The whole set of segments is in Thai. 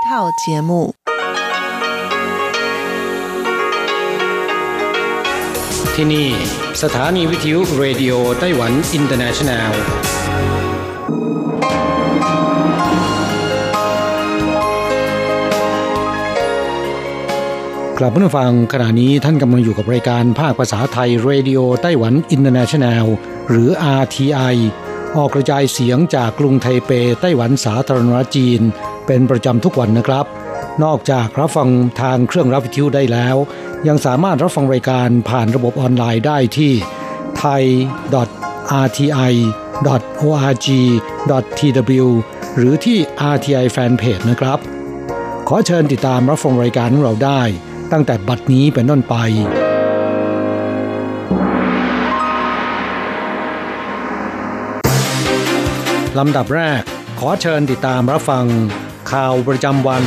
节目ที่นี่สถานีวิทยุเรดิโอไต้หวันอินเตอร์เนชั่นแนลกลับมาฟังขณะนี้ท่านกำลังอยู่กับรายการภาคภาษาไทยเรดิโอไต้หวันอินเตอร์เนชั่นแนลหรือ RTI ออกกระจายเสียงจากกรุงไทเปไต้หวันสาธารณรัฐจีนเป็นประจำทุกวันนะครับนอกจากรับฟังทางเครื่องรับวิทยุได้แล้วยังสามารถรับฟังรายการผ่านระบบออนไลน์ได้ที่ thai.rti.org.tw หรือที่ RTI Fanpage นะครับขอเชิญติดตามรับฟังรายการของเราได้ตั้งแต่บัดนี้เป็นต้นไปลำดับแรกขอเชิญติดตามรับฟังข่าวประจำวัน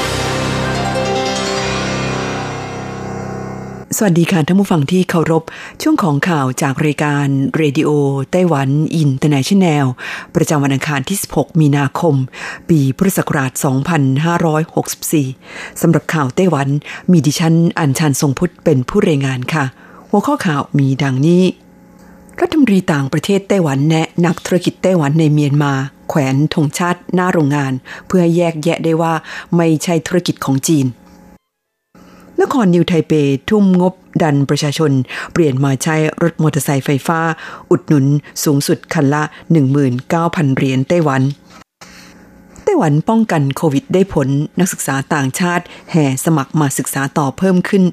สวัสดีค่ะท่านผู้ฟังที่เคารพช่วงของข่าวจากรายการเรดิโอไต้หวันอินเตอร์เนชั่นแนลประจำวันอังคารที่16มีนาคมปีพุทธศักราช2564สำหรับข่าวไต้หวันมีดิฉันอัญชันทรงพุทธเป็นผู้รายงานค่ะหัวข้อข่าวมีดังนี้รัฐมนตรีต่างประเทศไต้หวันแนะนักธุรกิจไต้หวันในเมียนมาแขวนธงชาติหน้าโรงงานเพื่อแยกแยะได้ว่าไม่ใช่ธุรกิจของจีนนครนิวไทเปทุ่มงบดันประชาชนเปลี่ยนมาใช้รถมอเตอร์ไซค์ไฟฟ้าอุดหนุนสูงสุดคันละ 19,000 เหรียญไต้หวันไต้หวันป้องกันโควิดได้ผลนักศึกษาต่างชาติแห่สมัครมาศึกษาต่อเพิ่มขึ้น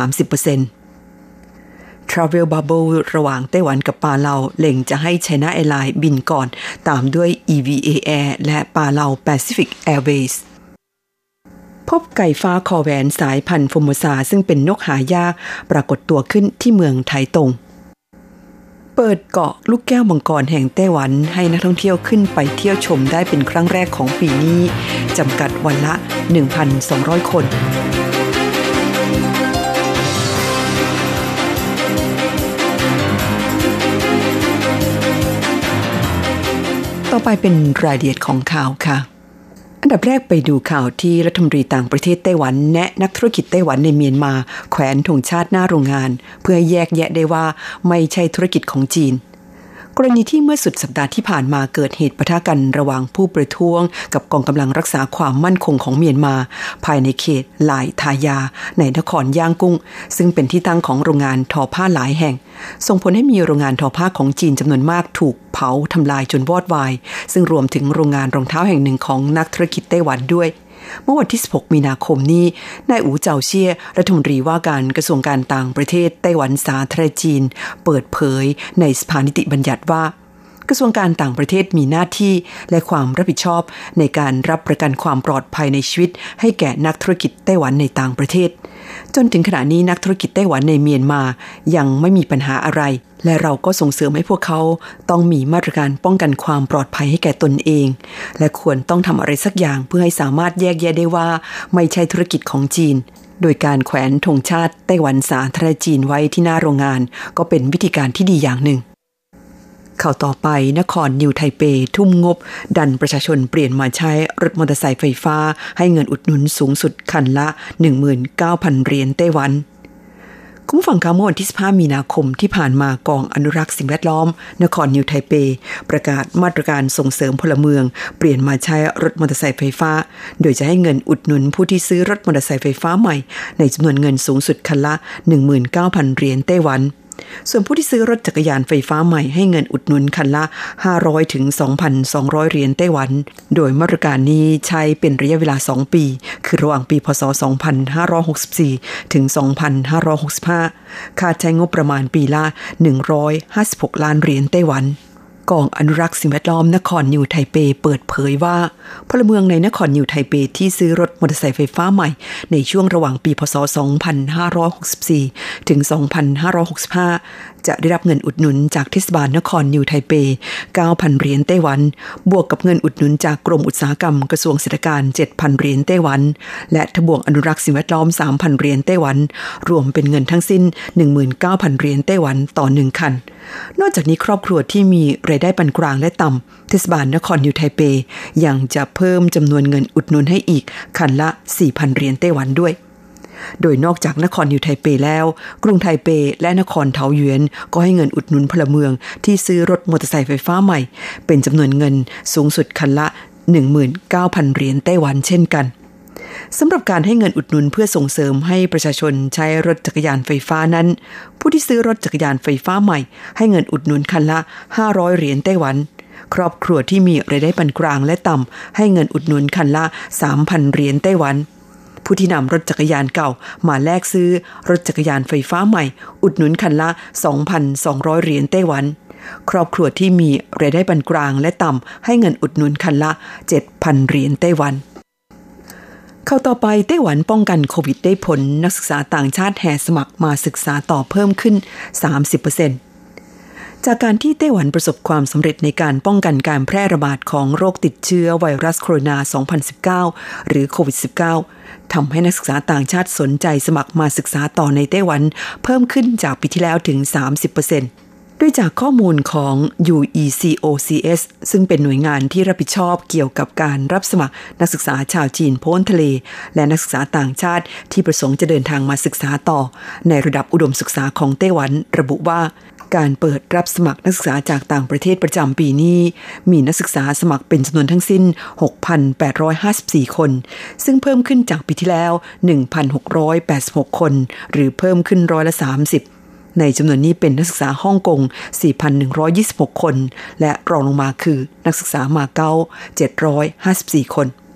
30%Travel Bubble ระหว่างไต้หวันกับปาเลาเล็งจะให้ China Airlines บินก่อนตามด้วย EVA Air และปาเลา Pacific Airwaysพบไก่ฟ้าคอแหวนสายพันธุ์ฟอร์โมซาซึ่งเป็นนกหายากปรากฏตัวขึ้นที่เมืองไถตงเปิดเกาะลูกแก้วมังกรแห่งไต้หวันให้นักท่องเที่ยวขึ้นไปเที่ยวชมได้เป็นครั้งแรกของปีนี้จำกัดวันละ 1,200 คนต่อไปเป็นรายละเอียดของข่าวค่ะอันดับแรกไปดูข่าวที่รัฐมนตรีต่างประเทศไต้หวันแนะนักธุรกิจไต้หวันในเมียนมาแขวนธงชาติหน้าโรงงานเพื่อแยกแยะได้ว่าไม่ใช่ธุรกิจของจีนกรณีที่เมื่อสุดสัปดาห์ที่ผ่านมาเกิดเหตุปะทะกันระหว่างผู้ประท้วงกับกองกำลังรักษาความมั่นคงของเมียนมาภายในเขตหลายทายาในนครย่างกุ้งซึ่งเป็นที่ตั้งของโรงงานทอผ้าหลายแห่งส่งผลให้มีโรงงานทอผ้าของจีนจำนวนมากถูกเผาทำลายจนวอดวายซึ่งรวมถึงโรงงานรองเท้าแห่งหนึ่งของนักธุรกิจไต้หวันด้วยเมื่อวันที่16มีนาคมนี้นายอู๋เจาเชี่ยรัฐมนตรีว่าการกระทรวงการต่างประเทศไต้หวันสาธารณรัฐจีนเปิดเผยในสภานิติบัญญัติว่ากระทรวงการต่างประเทศมีหน้าที่และความรับผิดชอบในการรับประกันความปลอดภัยในชีวิตให้แก่นักธุรกิจไต้หวันในต่างประเทศจนถึงขณะนี้นักธุรกิจไต้หวันในเมียนมายังไม่มีปัญหาอะไรและเราก็ส่งเสริมให้พวกเขาต้องมีมาตรการป้องกันความปลอดภัยให้แก่ตนเองและควรต้องทำอะไรสักอย่างเพื่อให้สามารถแยกแยะได้ว่าไม่ใช่ธุรกิจของจีนโดยการแขวนธงชาติไต้หวันสาธารณจีนไว้ที่หน้าโรงงานก็เป็นวิธีการที่ดีอย่างหนึ่งข่าวต่อไปนครนิวไทเปทุ่มงบดันประชาชนเปลี่ยนมาใช้รถมอเตอร์ไซค์ไฟฟ้าให้เงินอุดหนุนสูงสุดคันละ 19,000 เหรียญไต้หวันคุณผู้ฟังคะเมื่อวันที่15มีนาคมที่ผ่านมากองอนุรักษ์สิ่งแวดล้อมนครนิวไทเปประกาศมาตรการส่งเสริมพลเมืองเปลี่ยนมาใช้รถมอเตอร์ไซค์ไฟฟ้าโดยจะให้เงินอุดหนุนผู้ที่ซื้อรถมอเตอร์ไซค์ไฟฟ้าใหม่ในจำนวนเงินสูงสุดคันละ 19,000 เหรียญไต้หวันส่วนผู้ที่ซื้อรถจักรยานไฟฟ้าใหม่ให้เงินอุดหนุนคันละ500ถึง 2,200 เหรียญไต้หวันโดยมาตรการนี้ใช้เป็นระยะเวลา2ปีคือระหว่างปีพ.ศ. 2564ถึง 2565คาดใช้งบประมาณปีละ156ล้านเหรียญไต้หวันกองอนุรักษ์สิ่งแวดล้อมนครนิวไทเปเปิดเผยว่าพลเมืองในนครนิวไทเปที่ซื้อรถมอเตอร์ไซค์ไฟฟ้าใหม่ในช่วงระหว่างปีพ.ศ. 2564ถึง 2565 จะได้รับเงินอุดหนุนจากเทศบาลนครนิวไทเป 9,000 เหรียญไต้หวันบวกกับเงินอุดหนุนจากกรมอุตสาหกรรมกระทรวงเศรษฐกิจ 7,000 เหรียญไต้หวันและทบวงอนุรักษ์สิ่งแวดล้อม 3,000 เหรียญไต้หวันรวมเป็นเงินทั้งสิ้น 19,000 เหรียญไต้หวันต่อ1คันนอกจากนี้ครอบครัวที่มีรายได้ปานกลางและต่ำเทศบาลนครนิวไทเปยังจะเพิ่มจำนวนเงินอุดหนุนให้อีกคันละ 4,000 เหรียญไต้หวันด้วยโดยนอกจากนครนิวไทเปแล้วกรุงไทเปและนครเทาหยวนก็ให้เงินอุดหนุนพลเมืองที่ซื้อรถมอเตอร์ไซค์ไฟฟ้าใหม่เป็นจำนวนเงินสูงสุดคันละ 19,000 เหรียญไต้หวันเช่นกันสำหรับการให้เงินอุดหนุนเพื่อส่งเสริมให้ประชาชนใช้รถจักรยานไฟฟ้านั้นผู้ที่ซื้อรถจักรยานไฟฟ้าใหม่ให้เงินอุดหนุนคันละ 500 เหรียญไต้หวันครอบครัวที่มีรายได้ปานกลางและต่ำให้เงินอุดหนุนคันละ 3,000 เหรียญไต้หวันผู้ที่นำรถจักรยานเก่ามาแลกซื้อรถจักรยานไฟฟ้าใหม่อุดหนุนคันละ 2,200 เหรียญไต้หวันครอบครัวที่มีรายได้ปานกลางและต่ำให้เงินอุดหนุนคันละ 7,000 เหรียญไต้หวันเข้าต่อไปไต้หวันป้องกันโควิดได้ผลนักศึกษาต่างชาติแห่สมัครมาศึกษาต่อเพิ่มขึ้น 30%จากการที่ไต้หวันประสบความสำเร็จในการป้องกันการแพร่ระบาดของโรคติดเชื้อไวรัสโคโรนา 2019 หรือโควิด -19 ทำให้นักศึกษาต่างชาติสนใจสมัครมาศึกษาต่อในไต้หวันเพิ่มขึ้นจากปีที่แล้วถึง 30%ด้วยจากข้อมูลของ UECOCS ซึ่งเป็นหน่วยงานที่รับผิดชอบเกี่ยวกับการรับสมัครนักศึกษาชาวจีนพ้นทะเลและนักศึกษาต่างชาติที่ประสงค์จะเดินทางมาศึกษาต่อในระดับอุดมศึกษาของไต้หวันระบุว่าการเปิดรับสมัครนักศึกษาจากต่างประเทศประจำปีนี้มีนักศึกษาสมัครเป็นจำนวนทั้งสิ้น 6,854 คนซึ่งเพิ่มขึ้นจากปีที่แล้ว 1,686 คนหรือเพิ่มขึ้น30%ในจำนวนนี้เป็นนักศึกษาฮ่องกง 4,126 คนและรองลงมาคือนักศึกษามาเก๊า 754 คน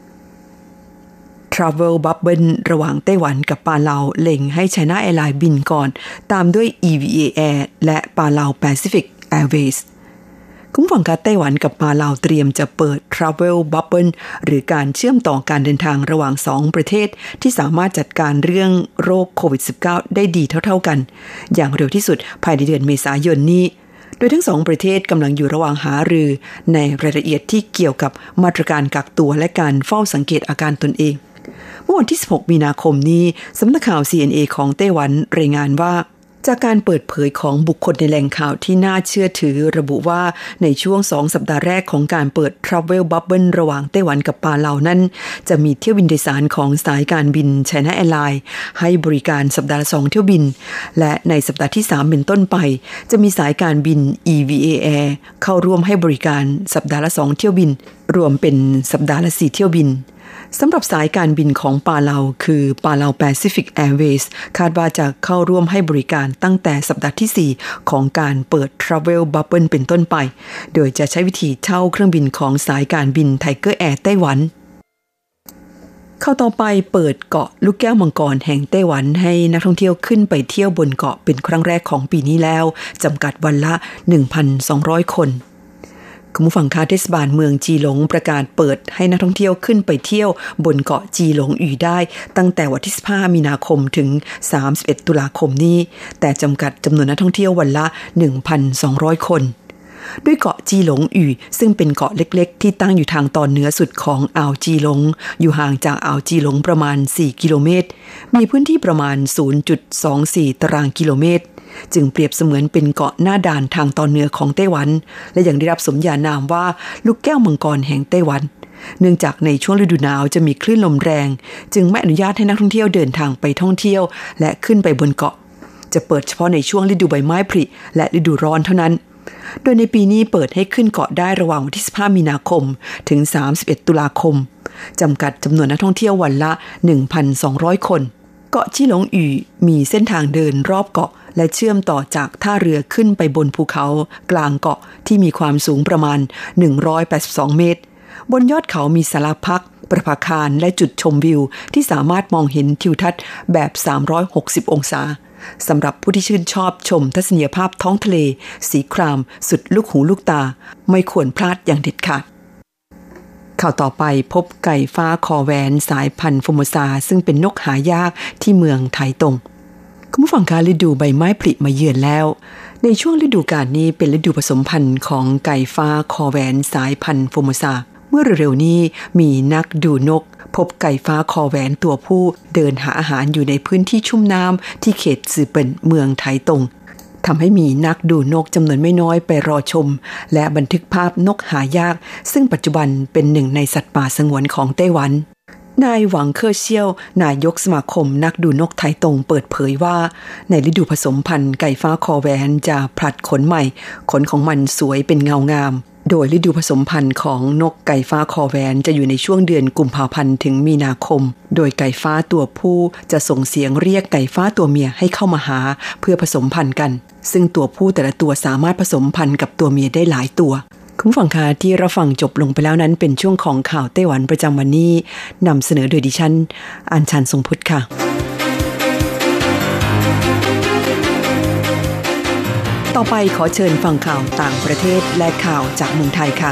Travel Bubble ระหว่างไต้หวันกับปาเลาเล็งให้ China Airlines บินก่อนตามด้วย EVA Air และปาเลา Pacific Airways คุณผู้ฟังคะไต้หวันกับปาเลาเตรียมจะเปิด Travel Bubble หรือการเชื่อมต่อการเดินทางระหว่าง2ประเทศที่สามารถจัดการเรื่องโรคโควิด -19 ได้ดีเท่าๆกันอย่างเร็วที่สุดภายในเดือนเมษายนนี้โดยทั้งสองประเทศกำลังอยู่ระหว่างหารือในรายละเอียดที่เกี่ยวกับมาตรการกักตัวและการเฝ้าสังเกตอาการตนเองเมื่อวันที่ 16 มีนาคมนี้สำนักข่าว CNA ของไต้หวันรายงานว่าจากการเปิดเผยของบุคคลในแหล่งข่าวที่น่าเชื่อถือระบุว่าในช่วง2 สัปดาห์แรกของการเปิด Travel Bubble ระหว่างไต้หวันกับปาเลานั้นจะมีเที่ยวบินโดยสารของสายการบิน China Airlines ให้บริการสัปดาห์ละ2เที่ยวบินและในสัปดาห์ที่3เป็นต้นไปจะมีสายการบิน EVA Air เข้าร่วมให้บริการสัปดาห์ละ2เที่ยวบินรวมเป็นสัปดาห์ละ4เที่ยวบินสำหรับสายการบินของปาเลาคือปาเลา Pacific Airways คาดว่าจะเข้าร่วมให้บริการตั้งแต่สัปดาห์ที่4ของการเปิด Travel Bubble เป็นต้นไปโดยจะใช้วิธีเช่าเครื่องบินของสายการบิน Tiger Air ไต้หวันเข้าต่อไปเปิดเกาะลูกแก้วมังกรแห่งไต้หวันให้นักท่องเที่ยวขึ้นไปเที่ยวบนเกาะเป็นครั้งแรกของปีนี้แล้วจำกัดวันละ 1,200 คนคุณผู้ฟังคะเทศบาลเมืองจีหลงประกาศเปิดให้นักท่องเที่ยวขึ้นไปเที่ยวบนเกาะจีหลงอยู่ได้ตั้งแต่วันที่15 มีนาคมถึง31 ตุลาคมนี้แต่จำกัดจำนวนนักท่องเที่ยววันละ 1,200 คนด้วยเกาะจีหลงอยู่ซึ่งเป็นเกาะเล็กๆที่ตั้งอยู่ทางตอนเหนือสุดของอ่าวจีหลงอยู่ห่างจากอ่าวจีหลงประมาณ4กิโลเมตรมีพื้นที่ประมาณ 0.24 ตารางกิโลเมตรจึงเปรียบเสมือนเป็นเกาะหน้าด่านทางตอนเหนือของไต้หวันและยังได้รับสมญานามว่าลูกแก้วมังกรแห่งไต้หวันเนื่องจากในช่วงฤดูหนาวจะมีคลื่นลมแรงจึงไม่อนุญาตให้นักท่องเที่ยวเดินทางไปท่องเที่ยวและขึ้นไปบนเกาะจะเปิดเฉพาะในช่วงฤดูใบไม้ผลิและฤดูร้อนเท่านั้นโดยในปีนี้เปิดให้ขึ้นเกาะได้ระหว่างวันที่15 มีนาคมถึง31 ตุลาคมจำกัดจำนวนนักท่องเที่ยววันละ 1,200 คนเกาะจี้หลงอยู่มีเส้นทางเดินรอบเกาะและเชื่อมต่อจากท่าเรือขึ้นไปบนภูเขากลางเกาะที่มีความสูงประมาณ182 เมตรบนยอดเขามีศาลาพักประภาคารและจุดชมวิวที่สามารถมองเห็นทิวทัศน์แบบ360องศาสำหรับผู้ที่ชื่นชอบชมทัศนียภาพท้องทะเลสีครามสุดลูกหูลูกตาไม่ควรพลาดอย่างเด็ดขาดข่าวต่อไปพบไก่ฟ้าคอแหวนสายพันธุ์ฟอร์โมซาซึ่งเป็นนกหายากที่เมืองไถตงคุณผู้ฟังคะฤดูใบไม้ผลิมาเยือนแล้วในช่วงฤดูกาลนี้เป็นฤดูผสมพันธุ์ของไก่ฟ้าคอแหวนสายพันธุ์โฟโมซาเมื่อเร็วๆนี้มีนักดูนกพบไก่ฟ้าคอแหวนตัวผู้เดินหาอาหารอยู่ในพื้นที่ชุ่มน้ำที่เขตซือเปิ่นเมืองไถตงทำให้มีนักดูนกจำนวนไม่น้อยไปรอชมและบันทึกภาพนกหายากซึ่งปัจจุบันเป็นหนึ่งในสัตว์ป่าสงวนของไต้หวันนายหวังเคอเซียวนายกสมาคมนักดูนกไถตงเปิดเผยว่าในฤดูผสมพันธุ์ไก่ฟ้าคอแหวนจะผลัดขนใหม่ขนของมันสวยเป็นเงางามโดยฤดูผสมพันธุ์ของนกไก่ฟ้าคอแหวนจะอยู่ในช่วงเดือนกุมภาพันธ์ถึงมีนาคมโดยไก่ฟ้าตัวผู้จะส่งเสียงเรียกไก่ฟ้าตัวเมียให้เข้ามาหาเพื่อผสมพันธุ์กันซึ่งตัวผู้แต่ละตัวสามารถผสมพันธุ์กับตัวเมียได้หลายตัวคุณผู้ฟังคะที่เราฟังจบลงไปแล้วนั้นเป็นช่วงของข่าวไต้หวันประจำวันนี้นำเสนอโดยดิฉันอัญชันทรงพุทธค่ะต่อไปขอเชิญฟังข่าวต่างประเทศและข่าวจากเมืองไทยค่ะ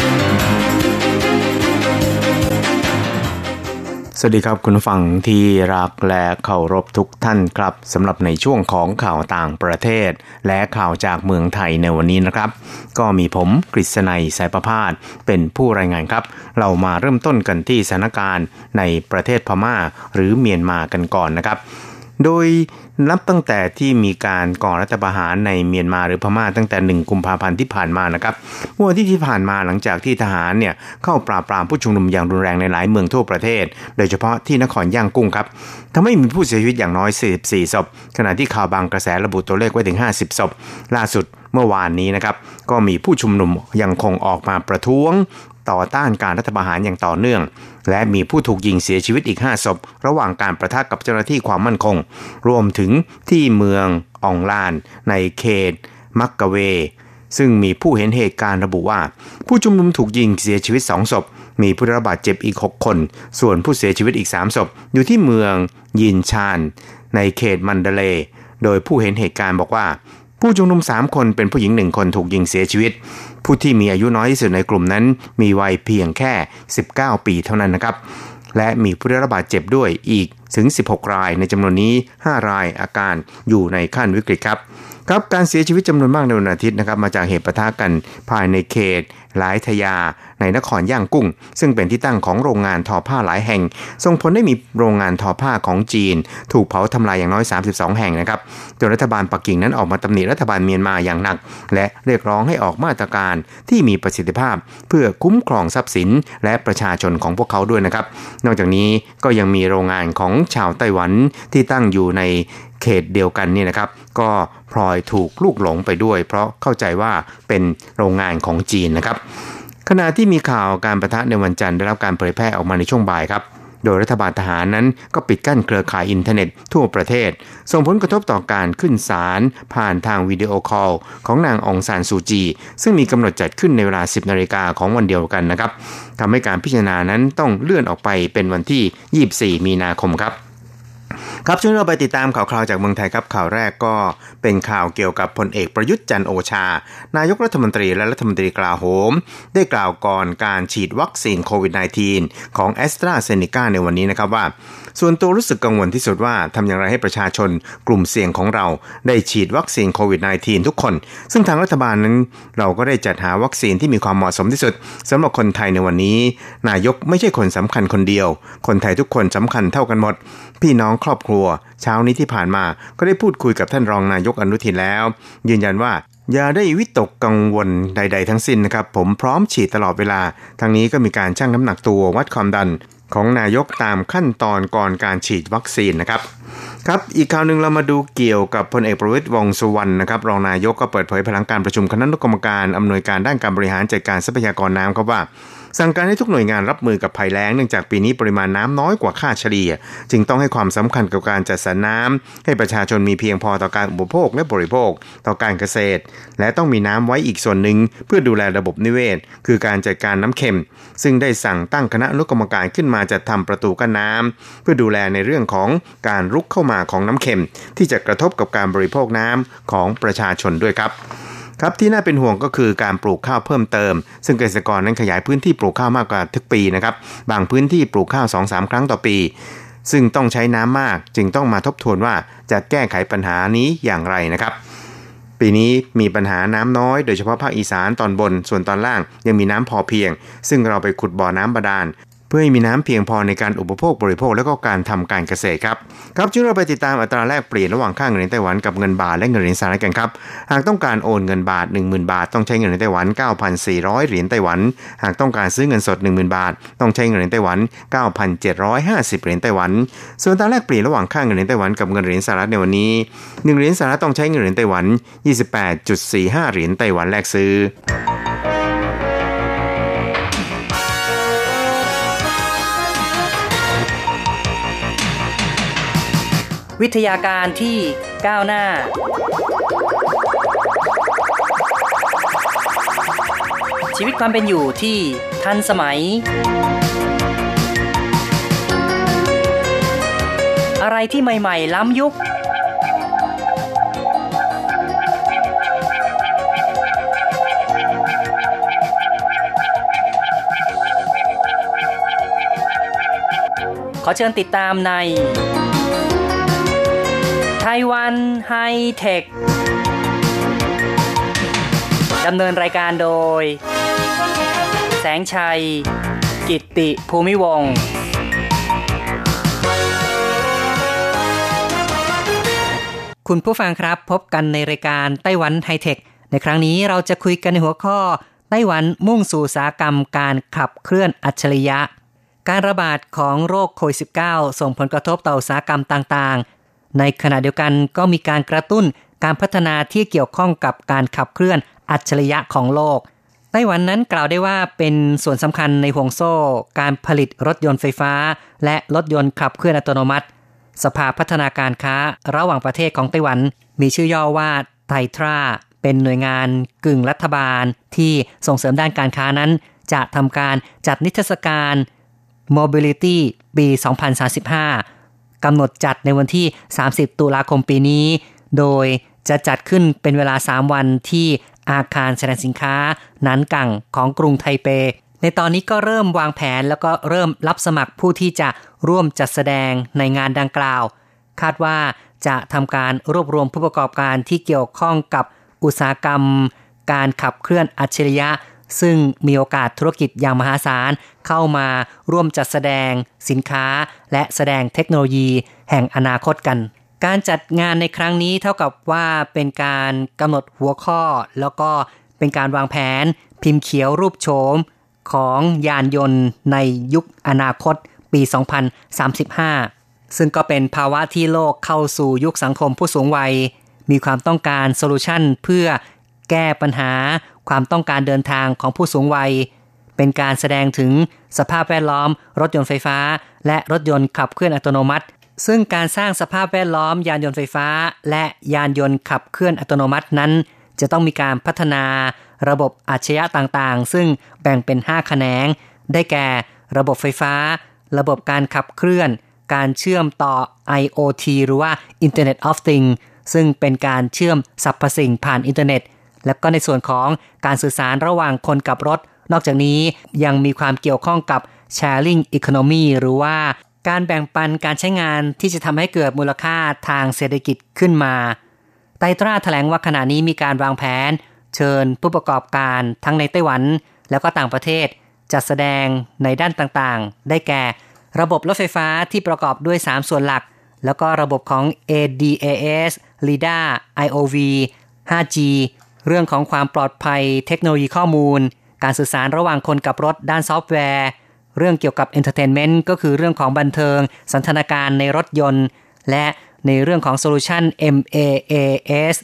สวัสดีครับคุณผู้ฟังที่รักและเคารพทุกท่านครับสำหรับในช่วงของข่าวต่างประเทศและข่าวจากเมืองไทยในวันนี้นะครับก็มีผมกฤษณัยสายประภาสเป็นผู้รายงานครับเรามาเริ่มต้นกันที่สถานการณ์ในประเทศพม่าหรือเมียนมากันก่อนนะครับโดยนับตั้งแต่ที่มีการก่อรัฐประหารในเมียนมาหรือพม่าตั้งแต่1กุมภาพันธ์ที่ผ่านมานะครับเมื่อวันที่ผ่านมาหลังจากที่ทหารเนี่ยเข้าปราบปรามผู้ชุมนุมอย่างรุนแรงในหลายเมืองทั่วประเทศโดยเฉพาะที่นครย่างกุ้งครับทำให้มีผู้เสียชีวิตอย่างน้อย44ศพขณะที่ข่าวบางกระแสระบุตัวเลขไว้ถึง50ศพล่าสุดเมื่อวานนี้นะครับก็มีผู้ชุมนุมยังคงออกมาประท้วงต่อต้านการรัฐประหารอย่างต่อเนื่องและมีผู้ถูกยิงเสียชีวิตอีก5ศพระหว่างการประทะกับเจ้าหน้าที่ความมั่นคงรวมถึงที่เมืองอองลานในเขตมักกะเวซึ่งมีผู้เห็นเหตุการณ์ระบุว่าผู้ชุมนุมถูกยิงเสียชีวิต2ศพมีผู้ได้รับบาดเจ็บอีก6คนส่วนผู้เสียชีวิตอีก3ศพอยู่ที่เมืองยินชานในเขตมันดาเลย์โดยผู้เห็นเหตุการณ์บอกว่าผู้ชุมนุม3คนเป็นผู้หญิง1คนถูกยิงเสียชีวิตผู้ที่มีอายุน้อยที่สุดในกลุ่มนั้นมีวัยเพียงแค่19ปีเท่านั้นนะครับและมีผู้ได้รับบาดเจ็บด้วยอีกถึง16รายในจำนวนนี้5รายอาการอยู่ในขั้นวิกฤตครับการเสียชีวิตจำนวนมากในวันอาทิตย์นะครับมาจากเหตุปะทะกันภายในเขตหลายทยาในนครย่างกุ้งซึ่งเป็นที่ตั้งของโรงงานทอผ้าหลายแห่งส่งผลให้มีโรงงานทอผ้าของจีนถูกเผาทำลายอย่างน้อย32แห่งนะครับโดยรัฐบาลปักกิ่งนั้นออกมาตำหนิรัฐบาลเมียนมาอย่างหนักและเรียกร้องให้ออกมาตรการที่มีประสิทธิภาพเพื่อคุ้มครองทรัพย์สินและประชาชนของพวกเขาด้วยนะครับนอกจากนี้ก็ยังมีโรงงานของชาวไต้หวันที่ตั้งอยู่ในเขตเดียวกันนี่นะครับก็พลอยถูกลูกหลงไปด้วยเพราะเข้าใจว่าเป็นโรงงานของจีนนะครับขณะที่มีข่าวการปะทะในวันจันทร์ได้รับการเผยแพร่ออกมาในช่วงบ่ายครับโดยรัฐบาลทหารนั้นก็ปิดกั้นเครือข่ายอินเทอร์เน็ตทั่วประเทศส่งผลกระทบต่อการขึ้นศาลผ่านทางวิดีโอคอลของนางองซานซูจีซึ่งมีกำหนดจัดขึ้นในเวลา 10 นาฬิกาของวันเดียวกันนะครับทำให้การพิจารณานั้นต้องเลื่อนออกไปเป็นวันที่24มีนาคมครับช่วยเราไปติดตามข่าวคราวจากเมืองไทยครับข่าวแรกก็เป็นข่าวเกี่ยวกับพลเอกประยุทธ์จันทร์โอชานายกรัฐมนตรีและรัฐมนตรีกลาโหมได้กล่าวก่อนการฉีดวัคซีนโควิด -19 ของ AstraZeneca ในวันนี้นะครับว่าส่วนตัวรู้สึกกังวลที่สุดว่าทำอย่างไรให้ประชาชนกลุ่มเสี่ยงของเราได้ฉีดวัคซีนโควิด -19 ทุกคนซึ่งทางรัฐบาลนั้นเราก็ได้จัดหาวัคซีนที่มีความเหมาะสมที่สุดสำหรับคนไทยในวันนี้นายกไม่ใช่คนสำคัญคนเดียวคนไทยทุกคนสำคัญเท่ากันหมดพี่น้องครอบครัวเช้านี้ที่ผ่านมาก็ได้พูดคุยกับท่านรองนายกอนุทินแล้วยืนยันว่าอย่าได้วิตกกังวลใดๆทั้งสิ้นนะครับผมพร้อมฉีดตลอดเวลาทางนี้ก็มีการชั่งน้ำหนักตัววัดความดันของนายกตามขั้นตอนก่อนการฉีดวัคซีนนะครับอีกข่าวนึงเรามาดูเกี่ยวกับพลเอกประวิตรวงษ์สุวรรณนะครับรองนายกก็เปิดเผยพลังการประชุมคณะกรรมการอำนวยการด้านการบริหารจัดการทรัพยากรน้ำครับว่าสั่งการให้ทุกหน่วยงานรับมือกับภัยแล้งเนื่องจากปีนี้ปริมาณน้ำน้อยกว่าค่าเฉลี่ยจึงต้องให้ความสำคัญกับการจัดสรรน้ำให้ประชาชนมีเพียงพอต่อการอุปโภคและบริโภคต่อการเกษตรและต้องมีน้ำไว้อีกส่วนหนึ่งเพื่อดูแลระบบนิเวศคือการจัดการน้ำเค็มซึ่งได้สั่งตั้งคณะอนุกรรมการขึ้นมาจัดทำประตูกั้นน้ำเพื่อดูแลในเรื่องของการรุกเข้ามาของน้ำเค็มที่จะกระทบกับการบริโภคน้ำของประชาชนด้วยครับที่น่าเป็นห่วงก็คือการปลูกข้าวเพิ่มเติมซึ่งเกษตรกรนั้นขยายพื้นที่ปลูกข้าวมากกว่าทุกปีนะครับบางพื้นที่ปลูกข้าว 2-3 ครั้งต่อปีซึ่งต้องใช้น้ำมากจึงต้องมาทบทวนว่าจะแก้ไขปัญหานี้อย่างไรนะครับปีนี้มีปัญหาน้ำน้อยโดยเฉพาะภาคอีสานตอนบนส่วนตอนล่างยังมีน้ำพอเพียงซึ่งเราไปขุดบ่อน้ำบาดาลเพื่อให้มีน้ำเพียงพอในการอุปโภคบริโภคและก็การทำการเกษตรครับช่วยเราไปติดตามอัตราแลกเปลี่ยนระหว่างค่าเงินเหรียญไต้หวันกับเงินบาทและเงินเหรียญสหรัฐกันครับหากต้องการโอนเงินบาท 10,000 บาทต้องใช้เงินเหรียญไต้หวัน 9,400 เหรียญไต้หวันหากต้องการซื้อเงินสด 10,000 บาทต้องใช้เงินเหรียญไต้หวัน 9,750 เหรียญไต้หวันส่วนอัตราแลกเปลี่ยนระหว่างค่าเงินเหรียญไต้หวันกับเงินเหรียญสหรัฐในวันนี้1เหรียญสหรัฐต้องใช้เงินเหรียญไต้หวัน 28.45 เหรียญไต้หวันแลกซื้อวิทยาการที่ก้าวหน้าชีวิตความเป็นอยู่ที่ทันสมัยอะไรที่ใหม่ๆล้ำยุคขอเชิญติดตามในไต้หวันไฮเทคดำเนินรายการโดยแสงชัยกิตติภูมิวงศ์คุณผู้ฟังครับพบกันในรายการไต้หวันไฮเทคในครั้งนี้เราจะคุยกันในหัวข้อไต้หวันมุ่งสู่อุตสาหกรรมการขับเคลื่อนอัจฉริยะการระบาดของโรคโควิด -19 ส่งผลกระทบต่ออุตสาหกรรมต่างๆในขณะเดียวกันก็มีการกระตุ้นการพัฒนาที่เกี่ยวข้องกับการขับเคลื่อนอัจฉริยะของโลกไต้หวันนั้นกล่าวได้ว่าเป็นส่วนสำคัญในห่วงโซ่การผลิตรถยนต์ไฟฟ้าและรถยนต์ขับเคลื่อนอัตโนมัติสภาพัฒนาการค้าระหว่างประเทศของไต้หวันมีชื่อย่อว่าไททราเป็นหน่วยงานกึ่งรัฐบาลที่ส่งเสริมด้านการค้านั้นจะทำการจัดนิทรรศการ Mobility ปี 2035 กำหนดจัดในวันที่ 30 ตุลาคมปีนี้โดยจะจัดขึ้นเป็นเวลา 3 วันที่อาคารแสดงสินค้าหนานกั่งของกรุงไทเปในตอนนี้ก็เริ่มวางแผนแล้วก็เริ่มรับสมัครผู้ที่จะร่วมจัดแสดงในงานดังกล่าวคาดว่าจะทำการรวบรวมผู้ประกอบการที่เกี่ยวข้องกับอุตสาหกรรมการขับเคลื่อนอัจฉริยะซึ่งมีโอกาสธุรกิจอย่างมหาศาลเข้ามาร่วมจัดแสดงสินค้าและแสดงเทคโนโลยีแห่งอนาคตกันการจัดงานในครั้งนี้เท่ากับว่าเป็นการกำหนดหัวข้อแล้วก็เป็นการวางแผนพิมพ์เขียวรูปโฉมของยานยนต์ในยุคอนาคตปี 2035 ซึ่งก็เป็นภาวะที่โลกเข้าสู่ยุคสังคมผู้สูงวัยมีความต้องการโซลูชันเพื่อแก้ปัญหาความต้องการเดินทางของผู้สูงวัยเป็นการแสดงถึงสภาพแวดล้อมรถยนต์ไฟฟ้าและรถยนต์ขับเคลื่อนอัตโนมัติซึ่งการสร้างสภาพแวดล้อมยานยนต์ไฟฟ้าและยานยนต์ขับเคลื่อนอัตโนมัตินั้นจะต้องมีการพัฒนาระบบอัจฉริยะต่างๆซึ่งแบ่งเป็น5แขนงได้แก่ระบบไฟฟ้าระบบการขับเคลื่อนการเชื่อมต่อ IoT หรือว่า Internet of Things ซึ่งเป็นการเชื่อมสรรพสิ่งผ่านอินเทอร์เน็ตและก็ในส่วนของการสื่อสารระหว่างคนกับรถนอกจากนี้ยังมีความเกี่ยวข้องกับ Sharing Economy หรือว่าการแบ่งปันการใช้งานที่จะทำให้เกิดมูลค่าทางเศรษฐกิจขึ้นมาไตรตราแถลงว่าขณะนี้มีการวางแผนเชิญผู้ประกอบการทั้งในไต้หวันแล้วก็ต่างประเทศจัดแสดงในด้านต่างๆได้แก่ระบบรถไฟฟ้าที่ประกอบด้วย3ส่วนหลักแล้วก็ระบบของ ADAS LiDAR IOV 5G เรื่องของความปลอดภัยเทคโนโลยีข้อมูลการสื่อสารระหว่างคนกับรถด้านซอฟต์แวร์เรื่องเกี่ยวกับ Entertainment ก็คือเรื่องของบันเทิงสันทนาการในรถยนต์และในเรื่องของโซลูชัน MAAS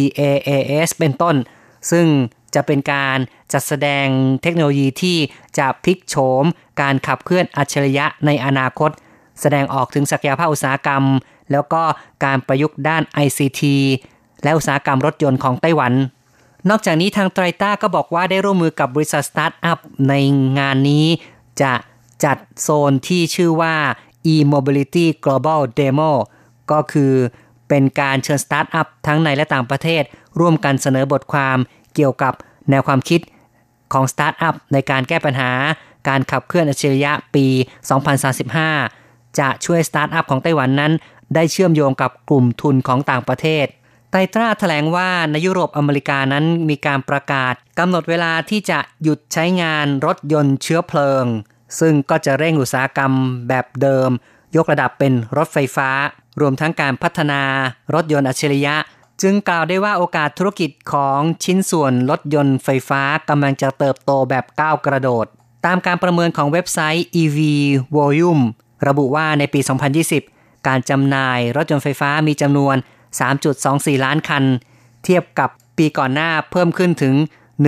PAAS เป็นต้นซึ่งจะเป็นการจัดแสดงเทคโนโลยีที่จะพลิกโฉมการขับเคลื่อนอัจฉริยะในอนาคตแสดงออกถึงศักยภาพอุตสาหกรรมแล้วก็การประยุกต์ด้าน ICT และอุตสาหกรรมรถยนต์ของไต้หวันนอกจากนี้ทางไตรต้าก็บอกว่าได้ร่วมมือกับบริษัทสตาร์ทอัพในงานนี้จะจัดโซนที่ชื่อว่า e-mobility global demo ก็คือเป็นการเชิญสตาร์ทอัพทั้งในและต่างประเทศร่วมกันเสนอบทความเกี่ยวกับแนวความคิดของสตาร์ทอัพในการแก้ปัญหาการขับเคลื่อนอัจฉริยะปี 2035 จะช่วยสตาร์ทอัพของไต้หวันนั้นได้เชื่อมโยงกับกลุ่มทุนของต่างประเทศไตรตราแถลงว่าในยุโรปอเมริกานั้นมีการประกาศกำหนดเวลาที่จะหยุดใช้งานรถยนต์เชื้อเพลิงซึ่งก็จะเร่งอุตสาหกรรมแบบเดิมยกระดับเป็นรถไฟฟ้ารวมทั้งการพัฒนารถยนต์อัจฉริยะจึงกล่าวได้ว่าโอกาสธุรกิจของชิ้นส่วนรถยนต์ไฟฟ้ากำลังจะเติบโตแบบก้าวกระโดดตามการประเมินของเว็บไซต์ EV Volume ระบุว่าในปี 2020 การจำหน่ายรถยนต์ไฟฟ้ามีจำนวน 3.24 ล้านคันเทียบกับปีก่อนหน้าเพิ่มขึ้นถึง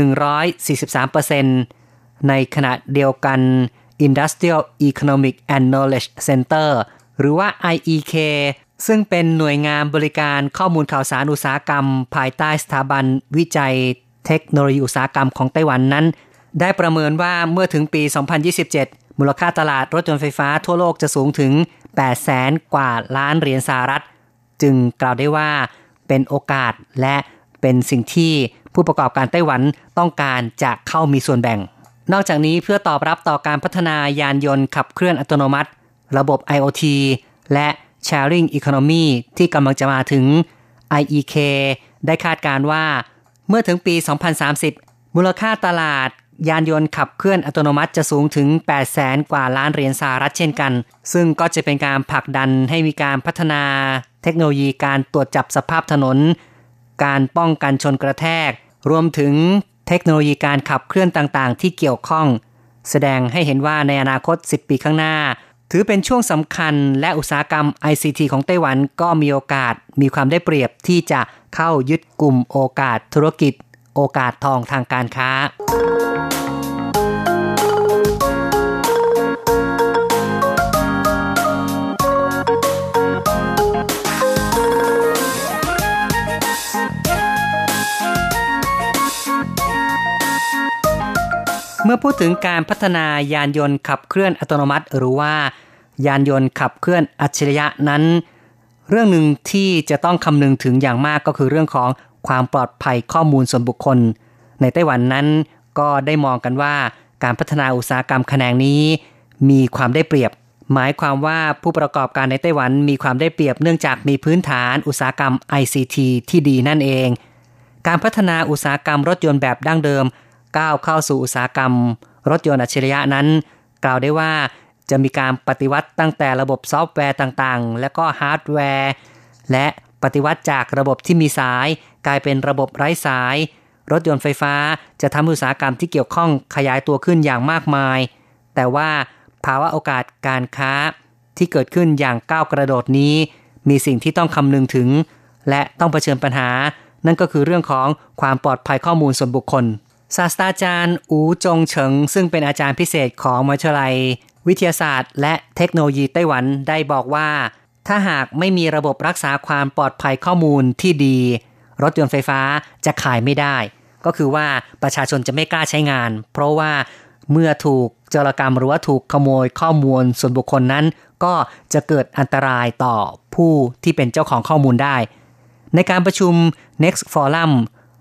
143% ในขณะเดียวกัน Industrial Economic and Knowledge Center หรือว่า IEK ซึ่งเป็นหน่วยงานบริการข้อมูลข่าวสารอุตสาหกรรมภายใต้สถาบันวิจัยเทคโนโลยีอุตสาหกรรมของไต้หวันนั้นได้ประเมินว่าเมื่อถึงปี 2027 มูลค่าตลาดรถยนต์ไฟฟ้าทั่วโลกจะสูงถึง 800,000 กว่าล้านเหรียญสหรัฐจึงกล่าวได้ว่าเป็นโอกาสและเป็นสิ่งที่ผู้ประกอบการไต้หวันต้องการจะเข้ามีส่วนแบ่งนอกจากนี้เพื่อตอบรับต่อการพัฒนายานยนต์ขับเคลื่อนอัตโนมัติระบบ IoT และ Sharing Economy ที่กำลังจะมาถึง IEK ได้คาดการณ์ว่าเมื่อถึงปี 2030 มูลค่าตลาดยานยนต์ขับเคลื่อนอัตโนมัติจะสูงถึง 800,000 กว่าล้านเหรียญสหรัฐเช่นกันซึ่งก็จะเป็นการผลักดันให้มีการพัฒนาเทคโนโลยีการตรวจจับสภาพถนนการป้องกันชนกระแทกรวมถึงเทคโนโลยีการขับเคลื่อนต่างๆที่เกี่ยวข้องแสดงให้เห็นว่าในอนาคต 10 ปีข้างหน้าถือเป็นช่วงสำคัญและอุตสาหกรรม ICT ของไต้หวันก็มีโอกาสมีความได้เปรียบที่จะเข้ายึดกลุ่มโอกาสธุรกิจโอกาสทองทางการค้าเมื่อพูดถึงการพัฒนายานยนต์ขับเคลื่อนอัตโนมัติหรือว่ายานยนต์ขับเคลื่อนอัจฉริยะนั้นเรื่องหนึ่งที่จะต้องคำนึงถึงอย่างมากก็คือเรื่องของความปลอดภัยข้อมูลส่วนบุคคลในไต้หวันนั้นก็ได้มองกันว่าการพัฒนาอุตสาหกรรมแขนงนี้มีความได้เปรียบหมายความว่าผู้ประกอบการในไต้หวันมีความได้เปรียบเนื่องจากมีพื้นฐานอุตสาหกรรม ICT ที่ดีนั่นเองการพัฒนาอุตสาหกรรมรถยนต์แบบดั้งเดิมก้าวเข้าสู่อุตสาหกรรมรถยนต์อัจฉริยะนั้นกล่าวได้ว่าจะมีการปฏิวัติตั้งแต่ระบบซอฟต์แวร์ต่างๆและก็ฮาร์ดแวร์และปฏิวัติจากระบบที่มีสายกลายเป็นระบบไร้สายรถยนต์ไฟฟ้าจะทำอุตสาหกรรมที่เกี่ยวข้องขยายตัวขึ้นอย่างมากมายแต่ว่าภาวะโอกาสการค้าที่เกิดขึ้นอย่างก้าวกระโดดนี้มีสิ่งที่ต้องคำนึงถึงและต้องเผชิญปัญหานั่นก็คือเรื่องของความปลอดภัยข้อมูลส่วนบุคคลศาสตราจารย์อูจงเฉิงซึ่งเป็นอาจารย์พิเศษของมหาวิทยาลัยวิทยาศาสตร์และเทคโนโลยีไต้หวันได้บอกว่าถ้าหากไม่มีระบบรักษาความปลอดภัยข้อมูลที่ดีรถยนต์ไฟฟ้าจะขายไม่ได้ก็คือว่าประชาชนจะไม่กล้าใช้งานเพราะว่าเมื่อถูกโจรกรรมหรือว่าถูกขโมยข้อมูลส่วนบุคคลนั้นก็จะเกิดอันตรายต่อผู้ที่เป็นเจ้าของข้อมูลได้ในการประชุม Next Forum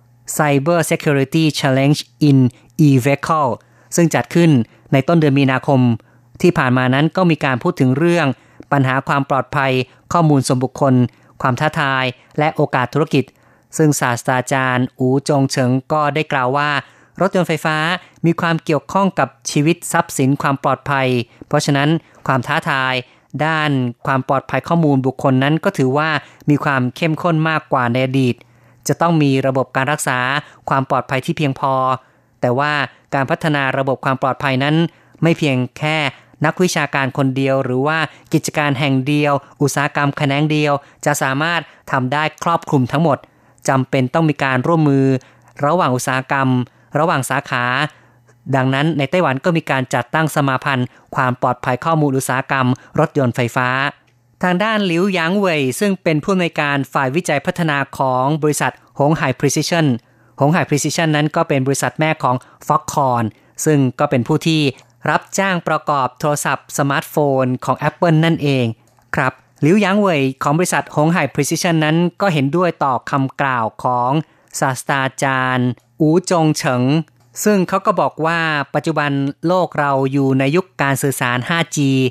Cyber Security Challenge in e-Vehicle ซึ่งจัดขึ้นในต้นเดือนมีนาคมที่ผ่านมานั้นก็มีการพูดถึงเรื่องปัญหาความปลอดภัยข้อมูลส่วนบุคคลความท้าทายและโอกาสธุรกิจซึ่งศาสตราจารย์อูจงเฉิงก็ได้กล่าวว่ารถยนต์ไฟฟ้ามีความเกี่ยวข้องกับชีวิตทรัพย์สินความปลอดภัยเพราะฉะนั้นความท้าทายด้านความปลอดภัยข้อมูลบุคคลนั้นก็ถือว่ามีความเข้มข้นมากกว่าในอดีตจะต้องมีระบบการรักษาความปลอดภัยที่เพียงพอแต่ว่าการพัฒนาระบบความปลอดภัยนั้นไม่เพียงแค่นักวิชาการคนเดียวหรือว่ากิจการแห่งเดียวอุตสาหกรรมแขนงเดียวจะสามารถทำได้ครอบคลุมทั้งหมดจำเป็นต้องมีการร่วมมือระหว่างอุตสาหกรรมระหว่างสาขาดังนั้นในไต้หวันก็มีการจัดตั้งสมาพันธ์ความปลอดภัยข้อมูลอุตสาหกรรมรถยนต์ไฟฟ้าทางด้านหลิวหยางเว่ยซึ่งเป็นผู้อำนวยการฝ่ายวิจัยพัฒนาของบริษัทหงไห่ Precision หงไห่ Precision นั้นก็เป็นบริษัทแม่ของ Foxconn ซึ่งก็เป็นผู้ที่รับจ้างประกอบโทรศัพท์สมาร์ทโฟนของ Apple นั่นเองครับหลิวหยางเว่ยของบริษัทหงไห่ Precision นั้นก็เห็นด้วยต่อคำกล่าวของศาสตราจารย์อูจงเฉิงซึ่งเขาก็บอกว่าปัจจุบันโลกเราอยู่ในยุคการสื่อสาร 5G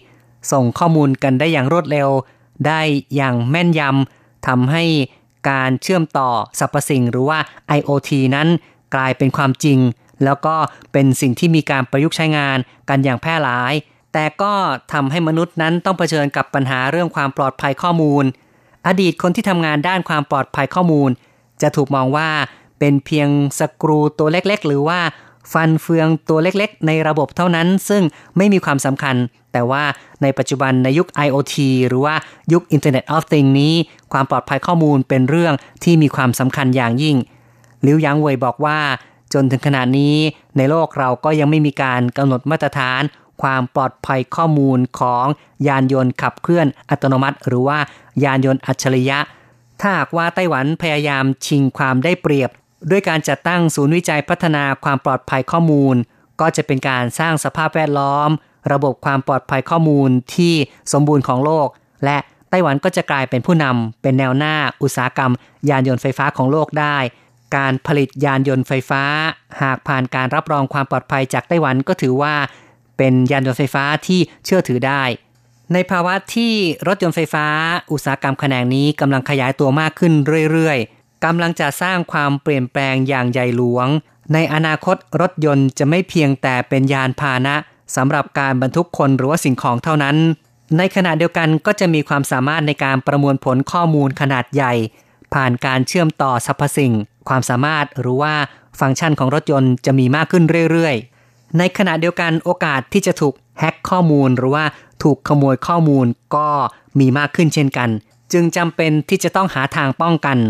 ส่งข้อมูลกันได้อย่างรวดเร็วได้อย่างแม่นยำทำให้การเชื่อมต่อสรรพสิ่งหรือว่า IoT นั้นกลายเป็นความจริงแล้วก็เป็นสิ่งที่มีการประยุกต์ใช้งานกันอย่างแพร่หลายแต่ก็ทำให้มนุษย์นั้นต้องเผชิญกับปัญหาเรื่องความปลอดภัยข้อมูลอดีตคนที่ทำงานด้านความปลอดภัยข้อมูลจะถูกมองว่าเป็นเพียงสกรูตัวเล็กๆหรือว่าฟันเฟืองตัวเล็กๆในระบบเท่านั้นซึ่งไม่มีความสำคัญแต่ว่าในปัจจุบันในยุค IoT หรือว่ายุค Internet of Things นี้ความปลอดภัยข้อมูลเป็นเรื่องที่มีความสำคัญอย่างยิ่งลิวหยางเว่ยบอกว่าจนถึงขณะนี้ในโลกเราก็ยังไม่มีการกำหนดมาตรฐานความปลอดภัยข้อมูลของยานยนต์ขับเคลื่อนอัตโนมัติหรือว่ายานยนต์อัจฉริยะถ้าหากว่าไต้หวันพยายามชิงความได้เปรียบด้วยการจัดตั้งศูนย์วิจัยพัฒนาความปลอดภัยข้อมูลก็จะเป็นการสร้างสภาพแวดล้อมระบบความปลอดภัยข้อมูลที่สมบูรณ์ของโลกและไต้หวันก็จะกลายเป็นผู้นำเป็นแนวหน้าอุตสาหกรรมยานยนต์ไฟฟ้าของโลกได้การผลิตยานยนต์ไฟฟ้าหากผ่านการรับรองความปลอดภัยจากไต้หวันก็ถือว่าเป็นยานยนต์ไฟฟ้าที่เชื่อถือได้ในภาวะที่รถยนต์ไฟฟ้าอุตสาหกรรมแขนงนี้กำลังขยายตัวมากขึ้นเรื่อยๆกำลังจะสร้างความเปลี่ยนแปลงอย่างใหญ่หลวงในอนาคตรถยนต์จะไม่เพียงแต่เป็นยานพาหนะสำหรับการบรรทุกคนหรือว่าสิ่งของเท่านั้นในขณะเดียวกันก็จะมีความสามารถในการประมวลผลข้อมูลขนาดใหญ่ผ่านการเชื่อมต่อสรรพสิ่งความสามารถหรือว่าฟังก์ชันของรถยนต์จะมีมากขึ้นเรื่อยๆในขณะเดียวกันโอกาสที่จะถูกแฮ็กข้อมูลหรือว่าถูกขโมยข้อมูลก็มีมากขึ้นเช่นกันจึงจำเป็นที่จะต้องหาทางป้องกัน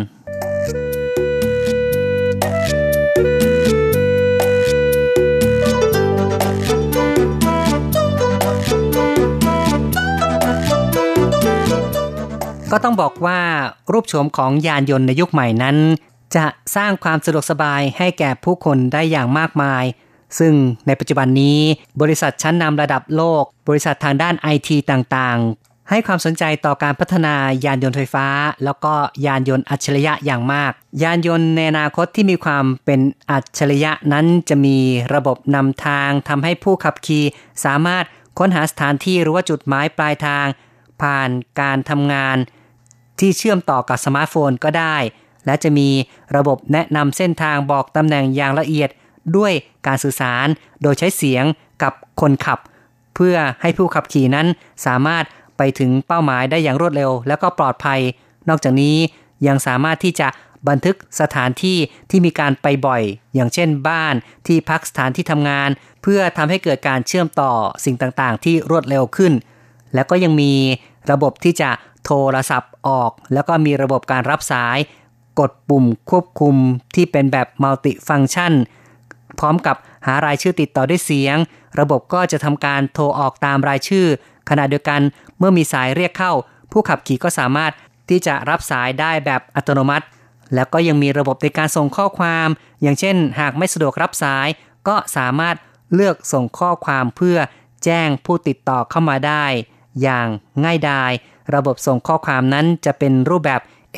ก็ต้องบอกว่ารูปโฉมของยานยนต์ในยุคใหม่นั้นจะสร้างความสะดวกสบายให้แก่ผู้คนได้อย่างมากมายซึ่งในปัจจุบันนี้บริษัทชั้นนำระดับโลกบริษัททางด้าน IT ต่างๆให้ความสนใจต่อการพัฒนายานยนต์ไฟฟ้าแล้วก็ยานยนต์อัจฉริยะอย่างมากยานยนต์ในอนาคตที่มีความเป็นอัจฉริยะนั้นจะมีระบบนำทางทำให้ผู้ขับขี่สามารถค้นหาสถานที่หรือว่าจุดหมายปลายทางผ่านการทำงานที่เชื่อมต่อกับสมาร์ทโฟนก็ได้และจะมีระบบแนะนำเส้นทางบอกตำแหน่งอย่างละเอียดด้วยการสื่อสารโดยใช้เสียงกับคนขับเพื่อให้ผู้ขับขี่นั้นสามารถไปถึงเป้าหมายได้อย่างรวดเร็วและก็ปลอดภัยนอกจากนี้ยังสามารถที่จะบันทึกสถานที่ที่มีการไปบ่อยอย่างเช่นบ้านที่พักสถานที่ทำงานเพื่อทำให้เกิดการเชื่อมต่อสิ่งต่างๆที่รวดเร็วขึ้นแล้วก็ยังมีระบบที่จะโทรศัพท์ออกแล้วก็มีระบบการรับสายกดปุ่มควบคุมที่เป็นแบบมัลติฟังก์ชันพร้อมกับหารายชื่อติดต่อด้วยเสียงระบบก็จะทำการโทรออกตามรายชื่อขณะเดียวกันเมื่อมีสายเรียกเข้าผู้ขับขี่ก็สามารถที่จะรับสายได้แบบอัตโนมัติแล้วก็ยังมีระบบในการส่งข้อความอย่างเช่นหากไม่สะดวกรับสายก็สามารถเลือกส่งข้อความเพื่อแจ้งผู้ติดต่อเข้ามาได้อย่างง่ายดายระบบส่งข้อความนั้นจะเป็นรูปแบบ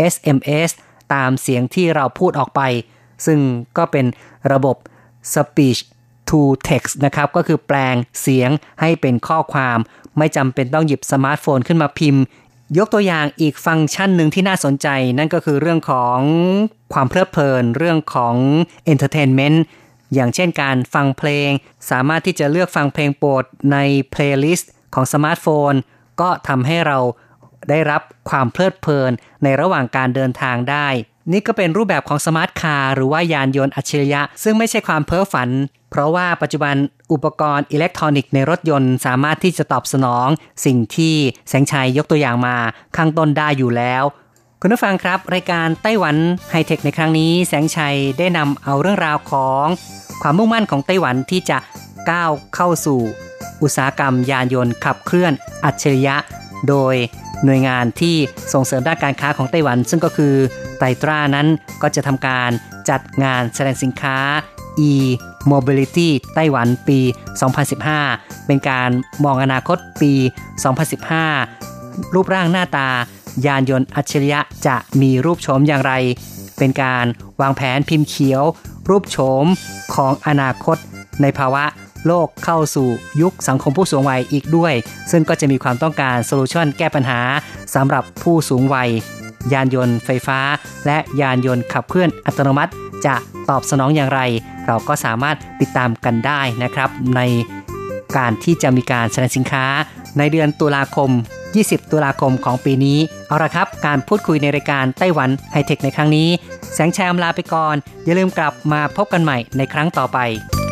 SMS ตามเสียงที่เราพูดออกไปซึ่งก็เป็นระบบ Speech to Text นะครับก็คือแปลงเสียงให้เป็นข้อความไม่จำเป็นต้องหยิบสมาร์ทโฟนขึ้นมาพิมพ์ยกตัวอย่างอีกฟังก์ชันหนึ่งที่น่าสนใจนั่นก็คือเรื่องของความเพลิดเพลินเรื่องของ Entertainment อย่างเช่นการฟังเพลงสามารถที่จะเลือกฟังเพลงโปรดใน Playlist ของสมาร์ทโฟนก็ทำให้เราได้รับความเพลิดเพลินในระหว่างการเดินทางได้นี่ก็เป็นรูปแบบของสมาร์ทคาร์หรือว่ายานยนต์อัจฉริยะซึ่งไม่ใช่ความเพ้อฝันเพราะว่าปัจจุบันอุปกรณ์อิเล็กทรอนิกส์ในรถยนต์สามารถที่จะตอบสนองสิ่งที่แสงชัยยกตัวอย่างมาข้างต้นได้อยู่แล้วคุณผู้ฟังครับรายการไต้หวันไฮเทคในครั้งนี้แสงชัยได้นำเอาเรื่องราวของความมุ่งมั่นของไต้หวันที่จะก้าวเข้าสู่อุตสาหกรรมยานยนต์ขับเคลื่อนอัจฉริยะโดยหน่วยงานที่ส่งเสริมด้านการค้าของไต้หวันซึ่งก็คือไตรตรานั้นก็จะทำการจัดงานแสดงสินค้า e-mobility ไต้หวันปี 2015 เป็นการมองอนาคตปี 2015 รูปร่างหน้าตายานยนต์อัจฉริยะจะมีรูปโฉมอย่างไรเป็นการวางแผนพิมพ์เขียวรูปโฉมของอนาคตในภาวะโลกเข้าสู่ยุคสังคมผู้สูงวัยอีกด้วยซึ่งก็จะมีความต้องการโซลูชันแก้ปัญหาสำหรับผู้สูงวัยยานยนต์ไฟฟ้าและยานยนต์ขับเคลื่อนอัตโนมัติจะตอบสนองอย่างไรเราก็สามารถติดตามกันได้นะครับในการที่จะมีการแสดงสินค้าในเดือนตุลาคม20ตุลาคมของปีนี้เอาละครับการพูดคุยในรายการไต้หวันไฮเทคในครั้งนี้แสงชัยอำลาไปก่อนอย่าลืมกลับมาพบกันใหม่ในครั้งต่อไป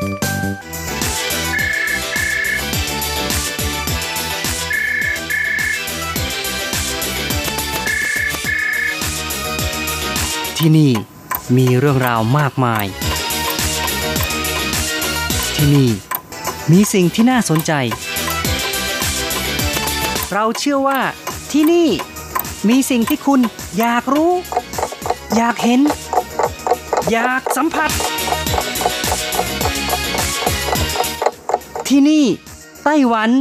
ที่นี่มีเรื่องราวมากมายที่นี่มีสิ่งที่น่าสนใจเราเชื่อว่าที่นี่มีสิ่งที่คุณอยากรู้อยากเห็นอยากสัมผัสที่นี่ไต้หวัน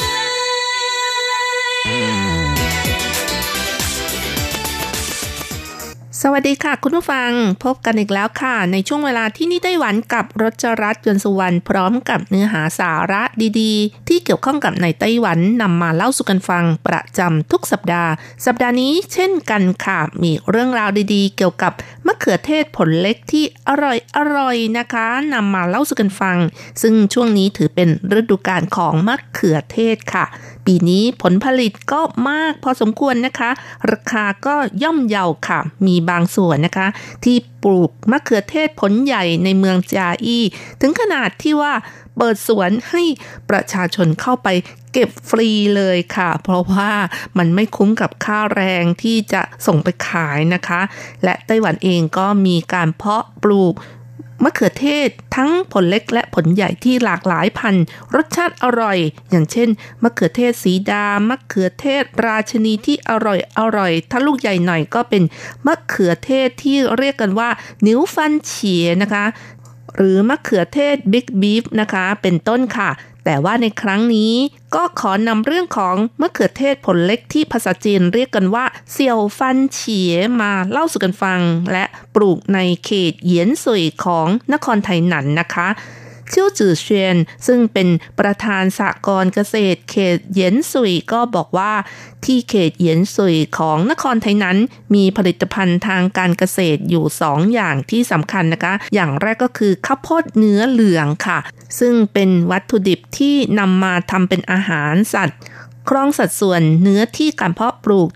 สวัสดีค่ะคุณผู้ฟังพบกันอีกแล้วค่ะในช่วงเวลาที่นี่ไต้หวันกับรจรัส ยนต์สุวรรณพร้อมกับเนื้อหาสาระดีๆที่เกี่ยวข้องกับในไต้หวันนำมาเล่าสู่กันฟังประจำทุกสัปดาห์นี้เช่นกันค่ะมีเรื่องราวดีๆเกี่ยวกับมะเขือเทศผลเล็กที่อร่อยนะคะนำมาเล่าสู่กันฟังซึ่งช่วงนี้ถือเป็นฤดูกาลของมะเขือเทศค่ะปีนี้ผลผลิตก็มากพอสมควรนะคะราคาก็ย่อมเยาค่ะมีบางส่วนนะคะที่ปลูกมะเขือเทศผลใหญ่ในเมืองจาอี้ถึงขนาดที่ว่าเปิดสวนให้ประชาชนเข้าไปเก็บฟรีเลยค่ะเพราะว่ามันไม่คุ้มกับค่าแรงที่จะส่งไปขายนะคะและไต้หวันเองก็มีการเพาะปลูกมะเขือเทศทั้งผลเล็กและผลใหญ่ที่หลากหลายพันธุ์รสชาติอร่อยอย่างเช่นมะเขือเทศสีดามะเขือเทศราชินีที่อร่อยถ้าลูกใหญ่หน่อยก็เป็นมะเขือเทศที่เรียกกันว่านิ้วฟันเฉียนะคะหรือมะเขือเทศบิ๊กบีฟนะคะเป็นต้นค่ะแต่ว่าในครั้งนี้ก็ขอนำเรื่องของมะเขือเทศผลเล็กที่ภาษาจีนเรียกกันว่าเสี่ยวฟันเฉียมาเล่าสู่กันฟังและปลูกในเขตเหยียนซุยของนครไทหนันนะคะเชี่ยวจื่อเซียนซึ่งเป็นประธานสหกรณ์เกษตรเขตเหยียนซุยก็บอกว่าที่เขตเหยียนซุยของนครไทหนันมีผลิตภัณฑ์ทางการเกษตรอยู่2อย่างที่สำคัญนะคะอย่างแรกก็คือข้าวโพดเนื้อเหลืองค่ะซึ่งเป็นวัตถุดิบที่นำมาทำเป็นอาหารสัตว์ครองสัดส่วนเนื้อที่การเพาะปลูก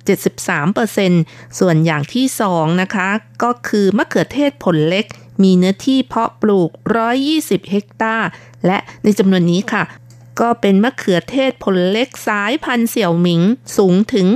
73% ส่วนอย่างที่2นะคะก็คือมะเขือเทศผลเล็กมีเนื้อที่เพาะปลูก120เฮกตาร์และในจำนวนนี้ค่ะก็เป็นมะเขือเทศผลเล็กสายพันธุ์เสี่ยวหมิงสูงถึง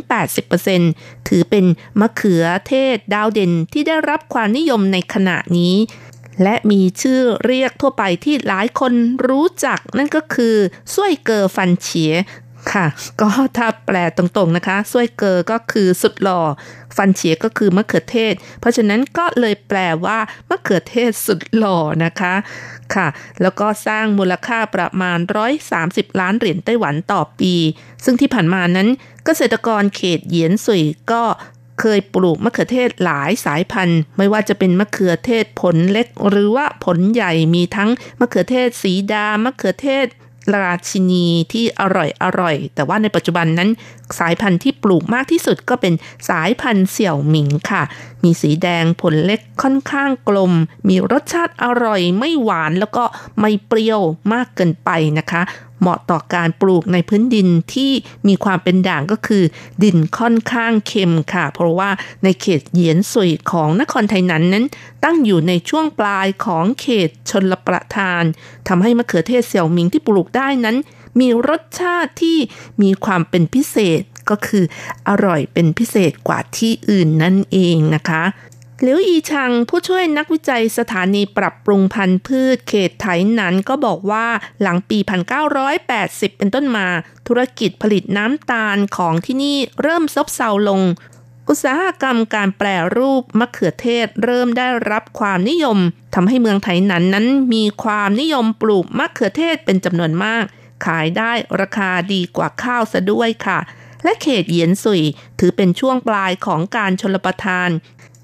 80% ถือเป็นมะเขือเทศดาวเด่นที่ได้รับความนิยมในขณะนี้และมีชื่อเรียกทั่วไปที่หลายคนรู้จักนั่นก็คือซ่วยเกอฟันเฉียค่ะก็ถ้าแปลตรงๆนะคะซ่วยเกอก็คือสุดหล่อฟันเฉียก็คือมะเขือเทศเพราะฉะนั้นก็เลยแปลว่ามะเขือเทศสุดหล่อนะคะค่ะแล้วก็สร้างมูลค่าประมาณ130ล้านเหรียญไต้หวันต่อปีซึ่งที่ผ่านมานั้นเกษตรกรเขตเหยียนซุยก็เคยปลูกมะเขือเทศหลายสายพันธุ์ไม่ว่าจะเป็นมะเขือเทศผลเล็กหรือว่าผลใหญ่มีทั้งมะเขือเทศสีดามะเขือเทศราชินีที่อร่อยแต่ว่าในปัจจุบันนั้นสายพันธุ์ที่ปลูกมากที่สุดก็เป็นสายพันธุ์เสี่ยวหมิงค่ะมีสีแดงผลเล็กค่อนข้างกลมมีรสชาติอร่อยไม่หวานแล้วก็ไม่เปรี้ยวมากเกินไปนะคะเหมาะต่อการปลูกในพื้นดินที่มีความเป็นด่างก็คือดินค่อนข้างเค็มค่ะเพราะว่าในเขตเหยียนซุยของนครไทหนันนั้นตั้งอยู่ในช่วงปลายของเขตชลประทานทำให้มะเขือเทศเสี่ยวหมิงที่ปลูกได้นั้นมีรสชาติที่มีความเป็นพิเศษก็คืออร่อยเป็นพิเศษกว่าที่อื่นนั่นเองนะคะหลิวอีชังผู้ช่วยนักวิจัยสถานีปรับปรุงพันธุ์พืชเขตไถหนันก็บอกว่าหลังปี 1980 เป็นต้นมาธุรกิจผลิตน้ำตาลของที่นี่เริ่มซบเซาลงอุตสาหกรรมการแปรรูปมะเขือเทศเริ่มได้รับความนิยมทำให้เมืองไถหนันนั้นมีความนิยมปลูกมะเขือเทศเป็นจำนวนมากขายได้ราคาดีกว่าข้าวซะด้วยค่ะและเขตเหยียนซุยถือเป็นช่วงปลายของการชลประทาน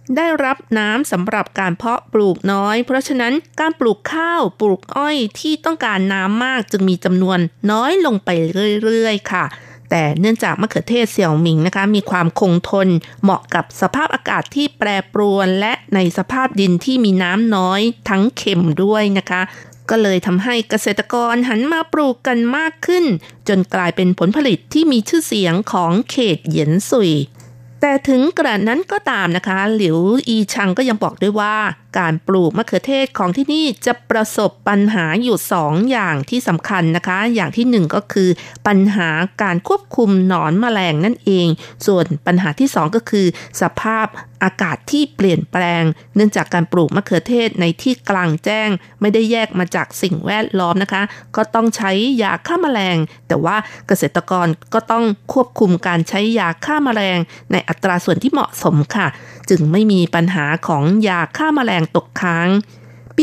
ได้รับน้ำสำหรับการเพาะปลูกน้อยเพราะฉะนั้นการปลูกข้าวปลูกอ้อยที่ต้องการน้ำมากจึงมีจำนวนน้อยลงไปเรื่อยๆค่ะแต่เนื่องจากมะเขือเทศเสี่ยวหมิงนะคะมีความคงทนเหมาะกับสภาพอากาศที่แปรปรวนและในสภาพดินที่มีน้ำน้อยทั้งเค็มด้วยนะคะก็เลยทำให้เกษตรกรหันมาปลูกกันมากขึ้นจนกลายเป็นผลผลิตที่มีชื่อเสียงของเขตเหยียนซุยแต่ถึงกระนั้นก็ตามนะคะหลิวอีชังก็ยังบอกด้วยว่าการปลูกมะเขือเทศของที่นี่จะประสบปัญหาอยู่2อย่างที่สำคัญนะคะอย่างที่1ก็คือปัญหาการควบคุมหนอนแมลงนั่นเองส่วนปัญหาที่2ก็คือสภาพอากาศที่เปลี่ยนแปลงเนื่องจากการปลูกมะเขือเทศในที่กลางแจ้งไม่ได้แยกมาจากสิ่งแวดล้อมนะคะก็ต้องใช้ยาฆ่าแมลงแต่ว่าเกษตรกรก็ต้องควบคุมการใช้ยาฆ่าแมลงในอัตราส่วนที่เหมาะสมค่ะจึงไม่มีปัญหาของยาฆ่าแมลงตกค้างปี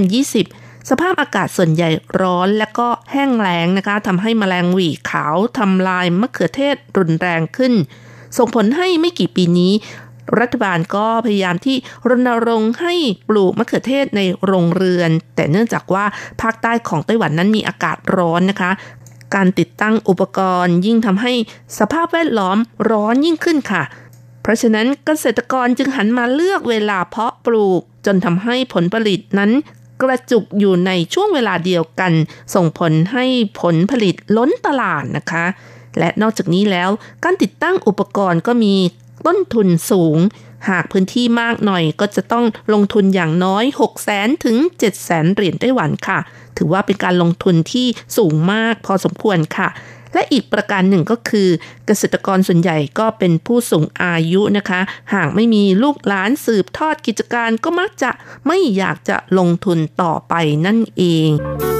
2020 สภาพอากาศส่วนใหญ่ร้อนและก็แห้งแล้งนะคะทำให้แมลงหวี่ขาวทำลายมะเขือเทศรุนแรงขึ้นส่งผลให้ไม่กี่ปีนี้รัฐบาลก็พยายามที่รณรงค์ให้ปลูกมะเขือเทศในโรงเรือนแต่เนื่องจากว่าภาคใต้ของไต้หวันนั้นมีอากาศร้อนนะคะการติดตั้งอุปกรณ์ยิ่งทำให้สภาพแวดล้อมร้อนยิ่งขึ้นค่ะเพราะฉะนั้นเกษตรกรจึงหันมาเลือกเวลาเพาะปลูกจนทำให้ผลผลิตนั้นกระจุกอยู่ในช่วงเวลาเดียวกันส่งผลให้ผลผลิตล้นตลาดนะคะและนอกจากนี้แล้วการติดตั้งอุปกรณ์ก็มีต้นทุนสูงหากพื้นที่มากหน่อยก็จะต้องลงทุนอย่างน้อย 600,000 ถึง 700,000 เหรียญไต้หวันค่ะถือว่าเป็นการลงทุนที่สูงมากพอสมควรค่ะและอีกประการหนึ่งก็คือเกษตรกรส่วนใหญ่ก็เป็นผู้สูงอายุนะคะหากไม่มีลูกหลานสืบทอดกิจการก็มักจะไม่อยากจะลงทุนต่อไปนั่นเอง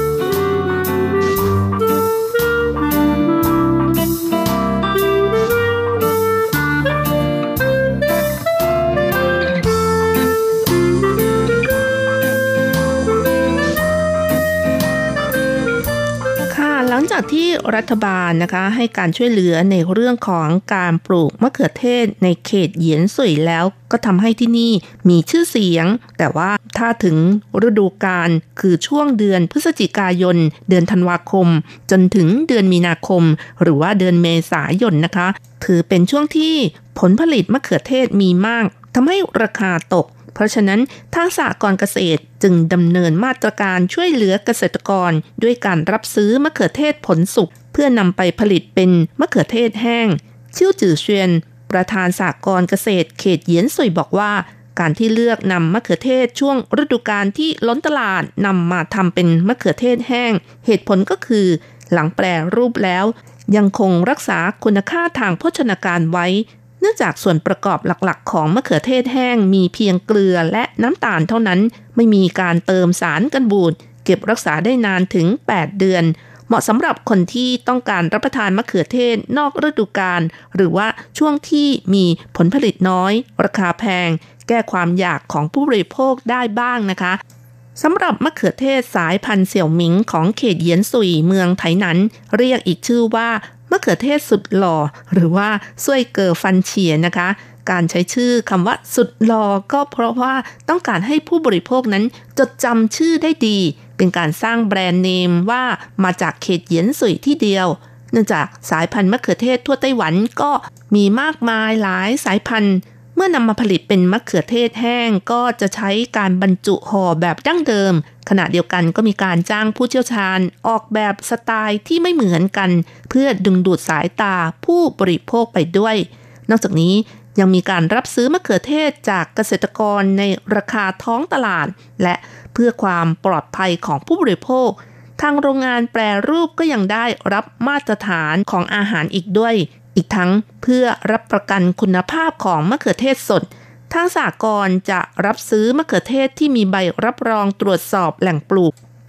หลังจากที่รัฐบาลนะคะให้การช่วยเหลือในเรื่องของการปลูกมะเขือเทศในเขตเหยียนซุยแล้วก็ทำให้ที่นี่มีชื่อเสียงแต่ว่าถ้าถึงฤดูกาลคือช่วงเดือนพฤศจิกายนเดือนธันวาคมจนถึงเดือนมีนาคมหรือว่าเดือนเมษายนนะคะถือเป็นช่วงที่ผลผลิตมะเขือเทศมีมากทำให้ราคาตกเพราะฉะนั้นทางสหกรณ์เกษตรจึงดำเนินมาตรการช่วยเหลือเกษตรกรด้วยการรับซื้อมะเขือเทศผลสุกเพื่อนำไปผลิตเป็นมะเขือเทศแห้งชิ่วจื่อเซียนประธานสหกรณ์เกษตรเขตเหยียนซุยบอกว่าการที่เลือกนำมะเขือเทศช่วงฤดูกาลที่ล้นตลาดนำมาทำเป็นมะเขือเทศแห้งเหตุผลก็คือหลังแปรรูปแล้วยังคงรักษาคุณค่าทางโภชนาการไว้เนื่องจากส่วนประกอบหลักๆของมะเขือเทศแห้งมีเพียงเกลือและน้ำตาลเท่านั้นไม่มีการเติมสารกันบูดเก็บรักษาได้นานถึง8เดือนเหมาะสำหรับคนที่ต้องการรับประทานมะเขือเทศนอกฤดูกาลหรือว่าช่วงที่มีผลผลิตน้อยราคาแพงแก้ความอยากของผู้บริโภคได้บ้างนะคะสำหรับมะเขือเทศสายพันธุ์เสี่ยวหมิงของเขตเหยียนซุยเมืองไถหนันเรียกอีกชื่อว่ามะเขือเทศสุดหล่อหรือว่าซุยเก๋อฟันเฉียนะคะการใช้ชื่อคำว่าสุดหล่อก็เพราะว่าต้องการให้ผู้บริโภคนั้นจดจำชื่อได้ดีเป็นการสร้างแบรนด์เนมว่ามาจากเขตเหยียนซุยที่เดียวเนื่องจากสายพันธุ์มะเขือเทศทั่วไต้หวันก็มีมากมายหลายสายพันธุ์เมื่อนำมาผลิตเป็นมะเขือเทศแห้งก็จะใช้การบรรจุห่อแบบดั้งเดิมขณะเดียวกันก็มีการจ้างผู้เชี่ยวชาญออกแบบสไตล์ที่ไม่เหมือนกันเพื่อดึงดูดสายตาผู้บริโภคไปด้วยนอกจากนี้ยังมีการรับซื้อมะเขือเทศจากเกษตรกรในราคาท้องตลาดและเพื่อความปลอดภัยของผู้บริโภคทางโรงงานแปรรูปก็ยังได้รับมาตรฐานของอาหารอีกด้วยอีกทั้งเพื่อรับประกันคุณภาพของมะเขือเทศสดทางสหกรณ์จะรับซื้อมะเขือเทศที่มีใบรับรองตรวจสอบแหล่งปลูก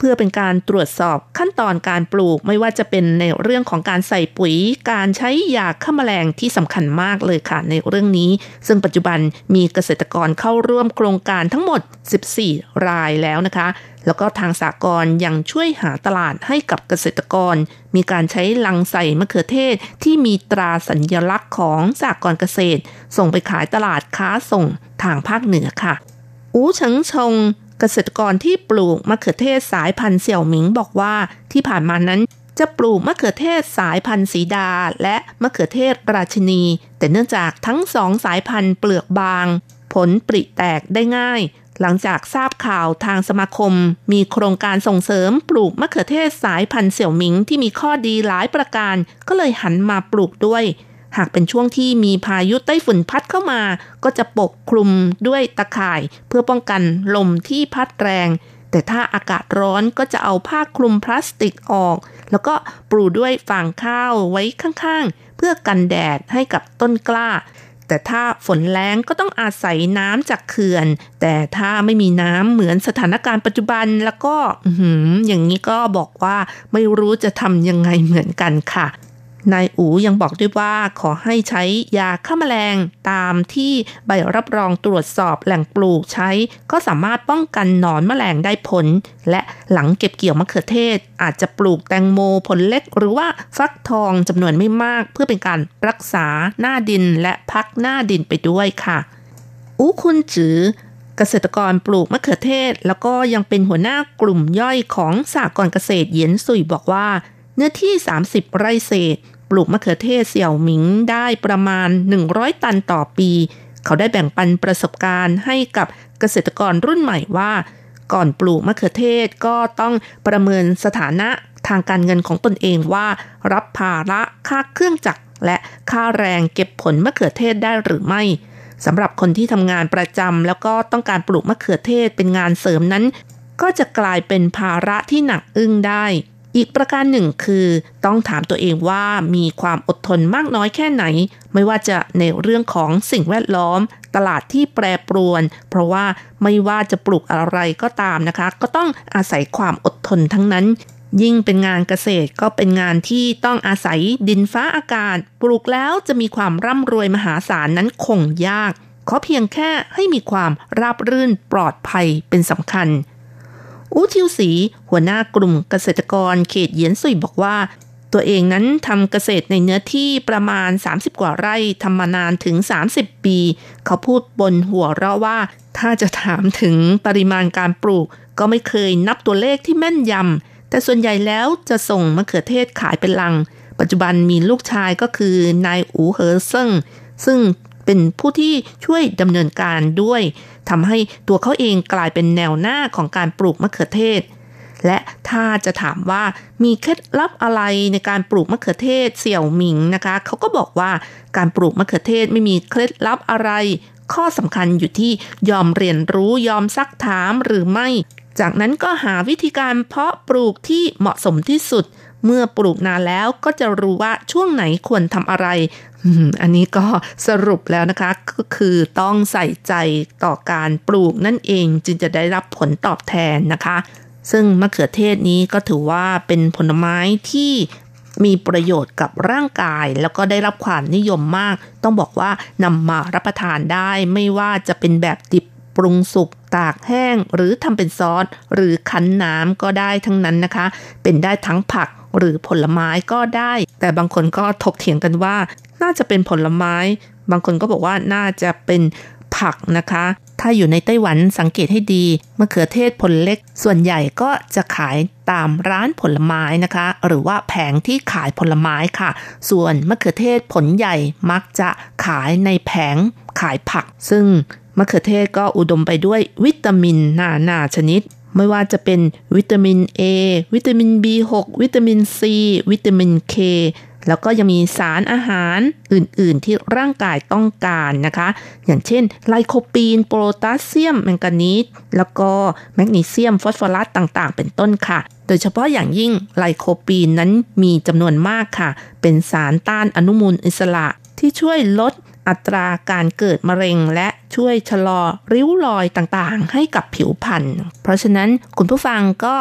พื่อเป็นการตรวจสอบขั้นตอนการปลูกไม่ว่าจะเป็นในเรื่องของการใส่ปุ๋ยการใช้ยาฆ่าแมลงที่สำคัญมากเลยค่ะในเรื่องนี้ซึ่งปัจจุบันมีเกษตรกรเข้าร่วมโครงการทั้งหมด14รายแล้วนะคะแล้วก็ทางสหกรณ์ยังช่วยหาตลาดให้กับเกษตรกรมีการใช้ลังใส่มะเขือเทศที่มีตราสัญลักษณ์ของสหกรณ์เกษตรส่งไปขายตลาดค้าส่งทางภาคเหนือค่ะอู๋เฉิงชงเกษตรกรที่ปลูกมะเขือเทศสายพันธุ์เสี่ยวหมิงบอกว่าที่ผ่านมานั้นจะปลูกมะเขือเทศสายพันธุ์สีดาและมะเขือเทศราชินีแต่เนื่องจากทั้งสองสายพันธุ์เปลือกบางผลปริแตกได้ง่ายหลังจากทราบข่าวทางสมาคมมีโครงการส่งเสริมปลูกมะเขือเทศสายพันธุ์เสี่ยวหมิงที่มีข้อดีหลายประการก็เลยหันมาปลูกด้วยหากเป็นช่วงที่มีพายุไต้ฝุ่นพัดเข้ามาก็จะปกคลุมด้วยตะข่ายเพื่อป้องกันลมที่พัดแรงแต่ถ้าอากาศร้อนก็จะเอาผ้าคลุมพลาสติกออกแล้วก็ปลูกด้วยฟางข้าวไว้ข้างๆเพื่อกันแดดให้กับต้นกล้าแต่ถ้าฝนแล้งก็ต้องอาศัยน้ำจากเขื่อนแต่ถ้าไม่มีน้ำเหมือนสถานการณ์ปัจจุบันแล้วก็อย่างนี้ก็บอกว่าไม่รู้จะทำยังไงเหมือนกันค่ะนายอู๋ยังบอกด้วยว่าขอให้ใช้ยาฆ่าแมลงตามที่ใบรับรองตรวจสอบแหล่งปลูกใช้ก็สามารถป้องกันหนอนแมลงได้ผลและหลังเก็บเกี่ยวมะเขือเทศอาจจะปลูกแตงโมผลเล็กหรือว่าฟักทองจำนวนไม่มากเพื่อเป็นการรักษาหน้าดินและพักหน้าดินไปด้วยค่ะอู๋คุนจือเกษตรกรปลูกมะเขือเทศแล้วก็ยังเป็นหัวหน้ากลุ่มย่อยของสหกรณ์เกษตรเหยียนซุยบอกว่าเนื้อที่30ไร่เศษปลูกมะเขือเทศเสี่ยวหมิงได้ประมาณ100ตันต่อปีเขาได้แบ่งปันประสบการณ์ให้กับเกษตรกรรุ่นใหม่ว่าก่อนปลูกมะเขือเทศก็ต้องประเมินสถานะทางการเงินของตนเองว่ารับภาระค่าเครื่องจักรและค่าแรงเก็บผลมะเขือเทศได้หรือไม่สำหรับคนที่ทำงานประจำแล้วก็ต้องการปลูกมะเขือเทศเป็นงานเสริมนั้นก็จะกลายเป็นภาระที่หนักอึ้งได้อีกประการหนึ่งคือต้องถามตัวเองว่ามีความอดทนมากน้อยแค่ไหนไม่ว่าจะในเรื่องของสิ่งแวดล้อมตลาดที่แปรปรวนเพราะว่าไม่ว่าจะปลูกอะไรก็ตามนะคะก็ต้องอาศัยความอดทนทั้งนั้นยิ่งเป็นงานเกษตรก็เป็นงานที่ต้องอาศัยดินฟ้าอากาศปลูกแล้วจะมีความร่ำรวยมหาศาลนั้นคงยากขอเพียงแค่ให้มีความราบรื่นปลอดภัยเป็นสำคัญอู๋ทิวสีหัวหน้ากลุ่มเกษตรกรเขตเหยียนซุยบอกว่าตัวเองนั้นทำเกษตรในเนื้อที่ประมาณ30กว่าไร่ทำมานานถึง30ปีเขาพูดบนหัวเราะว่าถ้าจะถามถึงปริมาณการปลูกก็ไม่เคยนับตัวเลขที่แม่นยำแต่ส่วนใหญ่แล้วจะส่งมะเขือเทศขายเป็นลังปัจจุบันมีลูกชายก็คือนายอู๋เหอเซิงซึ่งเป็นผู้ที่ช่วยดำเนินการด้วยทำให้ตัวเขาเองกลายเป็นแนวหน้าของการปลูกมะเขือเทศและถ้าจะถามว่ามีเคล็ดลับอะไรในการปลูกมะเขือเทศเสี่ยวหมิงนะคะเขาก็บอกว่าการปลูกมะเขือเทศไม่มีเคล็ดลับอะไรข้อสำคัญอยู่ที่ยอมเรียนรู้ยอมซักถามหรือไม่จากนั้นก็หาวิธีการเพาะปลูกที่เหมาะสมที่สุดเมื่อปลูกนานแล้วก็จะรู้ว่าช่วงไหนควรทำอะไรอันนี้ก็สรุปแล้วนะคะก็คือต้องใส่ใจต่อการปลูกนั่นเองจึงจะได้รับผลตอบแทนนะคะซึ่งมะเขือเทศนี้ก็ถือว่าเป็นผลไม้ที่มีประโยชน์กับร่างกายแล้วก็ได้รับความนิยมมากต้องบอกว่านำมารับประทานได้ไม่ว่าจะเป็นแบบดิบปรุงสุกตากแห้งหรือทำเป็นซอสหรือคั้นน้ำก็ได้ทั้งนั้นนะคะเป็นได้ทั้งผักหรือผลไม้ก็ได้แต่บางคนก็ถกเถียงกันว่าน่าจะเป็นผลไม้บางคนก็บอกว่าน่าจะเป็นผักนะคะถ้าอยู่ในไต้หวันสังเกตให้ดีมะเขือเทศผลเล็กส่วนใหญ่ก็จะขายตามร้านผลไม้นะคะหรือว่าแผงที่ขายผลไม้ค่ะส่วนมะเขือเทศผลใหญ่มักจะขายในแผงขายผักซึ่งมะเขือเทศก็อุดมไปด้วยวิตามินนานาชนิดไม่ว่าจะเป็นวิตามิน A วิตามิน B6 วิตามิน C วิตามิน K แล้วก็ยังมีสารอาหารอื่นๆที่ร่างกายต้องการนะคะอย่างเช่นไลโคปีนโพแทสเซียมแมงกานีสแล้วก็แมกนีเซียมฟอสฟอรัสต่างๆเป็นต้นค่ะโดยเฉพาะอย่างยิ่งไลโคปีนนั้นมีจำนวนมากค่ะเป็นสารต้านอนุมูลอิสระที่ช่วยลดอัตราการเกิดมะเร็งและช่วยชะลอริ้วรอยต่างๆให้กับผิวพรรณเพราะฉะนั้นคุณผู้ฟังก็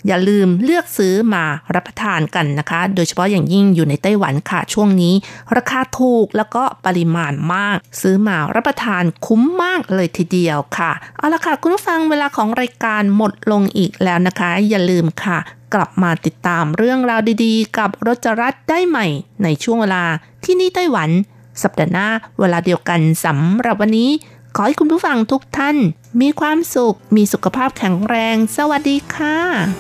อย่าลืมเลือกซื้อมารับประทานกันนะคะโดยเฉพาะอย่างยิ่งอยู่ในไต้หวันค่ะช่วงนี้ราคาถูกแล้วก็ปริมาณมากซื้อมารับประทานคุ้มมากเลยทีเดียวค่ะเอาละค่ะคุณผู้ฟังเวลาของรายการหมดลงอีกแล้วนะคะอย่าลืมค่ะกลับมาติดตามเรื่องราวดีๆกับรจรัสได้ใหม่ในช่วงเวลาที่นี่ไต้หวันสัปดาห์หน้าเวลาเดียวกันสำหรับวันนี้ขอให้คุณผู้ฟังทุกท่านมีความสุขมีสุขภาพแข็งแรงสวัสดีค่ะ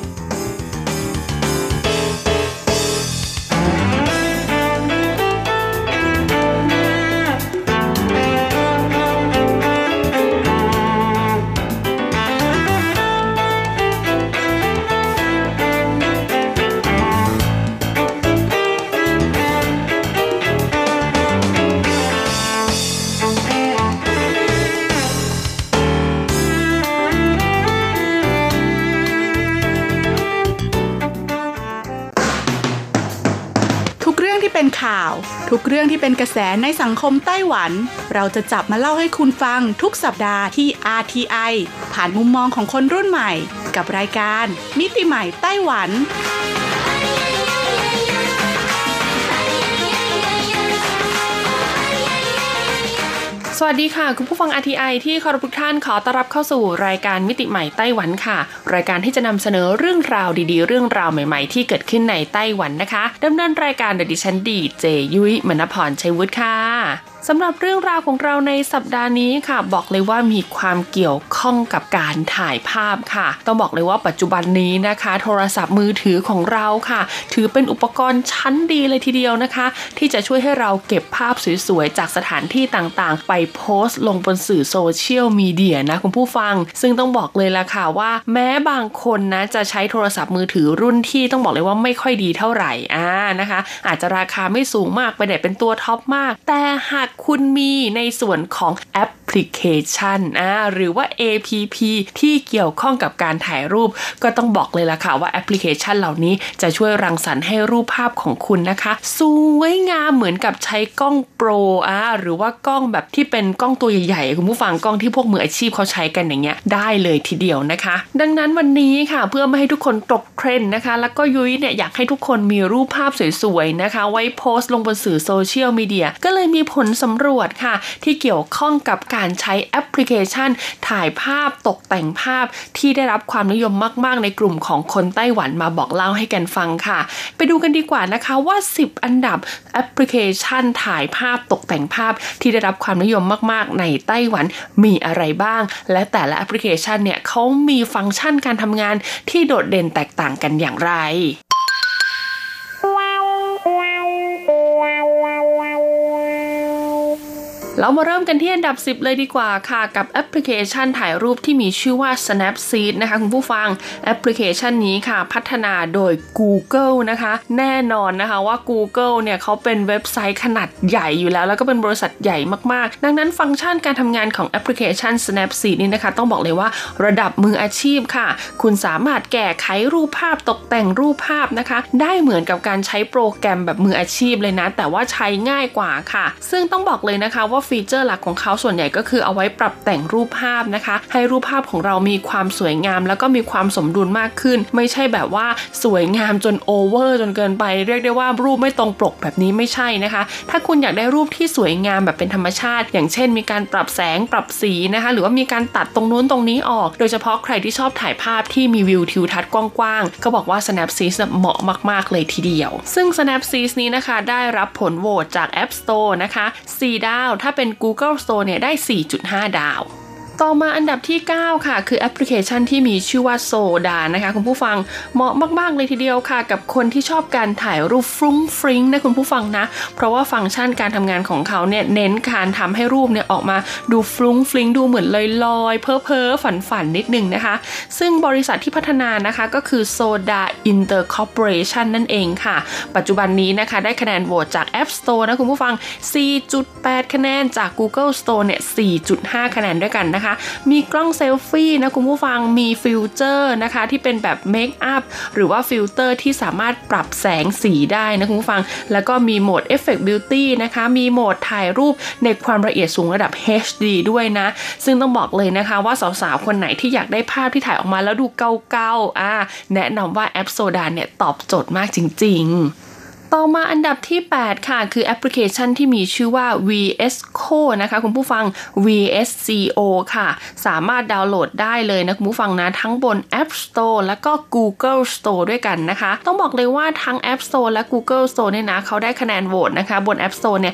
เป็นข่าวทุกเรื่องที่เป็นกระแสในสังคมไต้หวันเราจะจับมาเล่าให้คุณฟังทุกสัปดาห์ที่ RTI ผ่านมุมมองของคนรุ่นใหม่กับรายการมิติใหม่ไต้หวันสวัสดีค่ะคุณผู้ฟัง RTI ที่เคารพทุกท่านขอต้อนรับเข้าสู่รายการมิติใหม่ไต้หวันค่ะรายการที่จะนำเสนอเรื่องราวดีๆเรื่องราวใหม่ๆที่เกิดขึ้นในไต้หวันนะคะดำเนินรายการโดยดิฉันดีเจยุ้ยมณพรชัยวุฒิค่ะสำหรับเรื่องราวของเราในสัปดาห์นี้ค่ะบอกเลยว่ามีความเกี่ยวข้องกับการถ่ายภาพค่ะต้องบอกเลยว่าปัจจุบันนี้นะคะโทรศัพท์มือถือของเราค่ะถือเป็นอุปกรณ์ชั้นดีเลยทีเดียวนะคะที่จะช่วยให้เราเก็บภาพสวยๆจากสถานที่ต่างๆไปโพสต์ลงบนสื่อโซเชียลมีเดียนะคุณผู้ฟังซึ่งต้องบอกเลยล่ะค่ะว่าแม้บางคนนะจะใช้โทรศัพท์มือถือรุ่นที่ต้องบอกเลยว่าไม่ค่อยดีเท่าไหร่นะคะอาจจะราคาไม่สูงมากไปไหนเป็นตัวท็อปมากแต่หากคุณมีในส่วนของแอปพลิเคชันหรือว่า APP ที่เกี่ยวข้องกับการถ่ายรูปก็ต้องบอกเลยล่ะค่ะว่าแอปพลิเคชันเหล่านี้จะช่วยรังสรรค์ให้รูปภาพของคุณนะคะสวยงามเหมือนกับใช้กล้องโปรหรือว่ากล้องแบบที่เป็นกล้องตัวใหญ่ๆคุณผู้ฟังกล้องที่พวกมืออาชีพเขาใช้กันอย่างเงี้ยได้เลยทีเดียวนะคะดังนั้นวันนี้ค่ะเพื่อไม่ให้ทุกคนตกเทรนด์นะคะแล้วก็ยุ้ยเนี่ยอยากให้ทุกคนมีรูปภาพสวยๆนะคะไว้โพสต์ลงบนสื่อโซเชียลมีเดียก็เลยมีผลสำรวจค่ะที่เกี่ยวข้องกับการใช้แอปพลิเคชันถ่ายภาพตกแต่งภาพที่ได้รับความนิยมมากๆในกลุ่มของคนไต้หวันมาบอกเล่าให้กันฟังค่ะไปดูกันดีกว่านะคะว่า10อันดับแอปพลิเคชันถ่ายภาพตกแต่งภาพที่ได้รับความนิยมมากๆในไต้หวันมีอะไรบ้างและแต่ละแอปพลิเคชันเนี่ยเขามีฟังก์ชันการทำงานที่โดดเด่นแตกต่างกันอย่างไรเรามาเริ่มกันที่อันดับ10เลยดีกว่าค่ะกับแอปพลิเคชันถ่ายรูปที่มีชื่อว่า Snapseed นะคะคุณผู้ฟังแอปพลิเคชันนี้ค่ะพัฒนาโดย Google นะคะแน่นอนนะคะว่า Google เนี่ยเขาเป็นเว็บไซต์ขนาดใหญ่อยู่แล้วก็เป็นบริษัทใหญ่มากๆดังนั้นฟังก์ชันการทำงานของแอปพลิเคชัน Snapseed นี่นะคะต้องบอกเลยว่าระดับมืออาชีพค่ะคุณสามารถแก้ไขรูปภาพตกแต่งรูปภาพนะคะได้เหมือนกับการใช้โปรแกรมแบบมืออาชีพเลยนะแต่ว่าใช้ง่ายกว่าค่ะซึ่งต้องบอกเลยนะคะว่าฟีเจอร์หลักของเขาส่วนใหญ่ก็คือเอาไว้ปรับแต่งรูปภาพนะคะให้รูปภาพของเรามีความสวยงามแล้วก็มีความสมดุลมากขึ้นไม่ใช่แบบว่าสวยงามจนโอเวอร์จนเกินไปเรียกได้ว่ารูปไม่ตรงปกแบบนี้ไม่ใช่นะคะถ้าคุณอยากได้รูปที่สวยงามแบบเป็นธรรมชาติอย่างเช่นมีการปรับแสงปรับสีนะคะหรือว่ามีการตัดตรงนู้นตรงนี้ออกโดยเฉพาะใครที่ชอบถ่ายภาพที่มีวิวทิวทัศน์กว้างๆก็บอกว่า Snapseed เหมาะมากๆเลยทีเดียวซึ่ง Snapseed นี้นะคะได้รับผลโหวตจาก App Store นะคะ4 ดาวถ้าเป็น Google Store เนี่ยได้ 4.5 ดาวต่อมาอันดับที่9ค่ะคือแอปพลิเคชันที่มีชื่อว่าโซดานะคะคุณผู้ฟังเหมาะมากๆเลยทีเดียวค่ะกับคนที่ชอบการถ่ายรูปฟรุ้งฟริ้งนะคุณผู้ฟังนะเพราะว่าฟังก์ชันการทำงานของเขาเนี่ยเน้นการทำให้รูปเนี่ยออกมาดูฟรุ้งฟริ้งดูเหมือนลอยๆเพ้อๆฝันๆนิดนึงนะคะซึ่งบริษัทที่พัฒนานะคะก็คือโซดาอินเตอร์คอร์ปอเรชั่นนั่นเองค่ะปัจจุบันนี้นะคะได้คะแนนโหวตจาก App Store นะคุณผู้ฟัง 4.8 คะแนนจาก Google Store เนี่ย 4.5 คะแนนด้วยกันนะคะนะคะมีกล้องเซลฟี่นะคุณผู้ฟังมีฟิลเตอร์นะคะที่เป็นแบบเมคอัพหรือว่าฟิลเตอร์ที่สามารถปรับแสงสีได้นะคุณผู้ฟังแล้วก็มีโหมด Effect Beauty นะคะมีโหมดถ่ายรูปในความละเอียดสูงระดับ HD ด้วยนะซึ่งต้องบอกเลยนะคะว่าสาวๆคนไหนที่อยากได้ภาพที่ถ่ายออกมาแล้วดูเก่าๆแนะนำว่าแอปโซดาเนี่ยตอบโจทย์มากจริงๆต่อมาอันดับที่8ค่ะคือแอปพลิเคชันที่มีชื่อว่า VSCO นะคะคุณผู้ฟัง VSCO ค่ะสามารถดาวน์โหลดได้เลยนะคุณผู้ฟังนะทั้งบน App Store แล้วก็ Google Store ด้วยกันนะคะต้องบอกเลยว่าทั้ง App Store และ Google Store เนี่ยนะเขาได้คะแนนโหวตนะคะบน App Store เนี่ย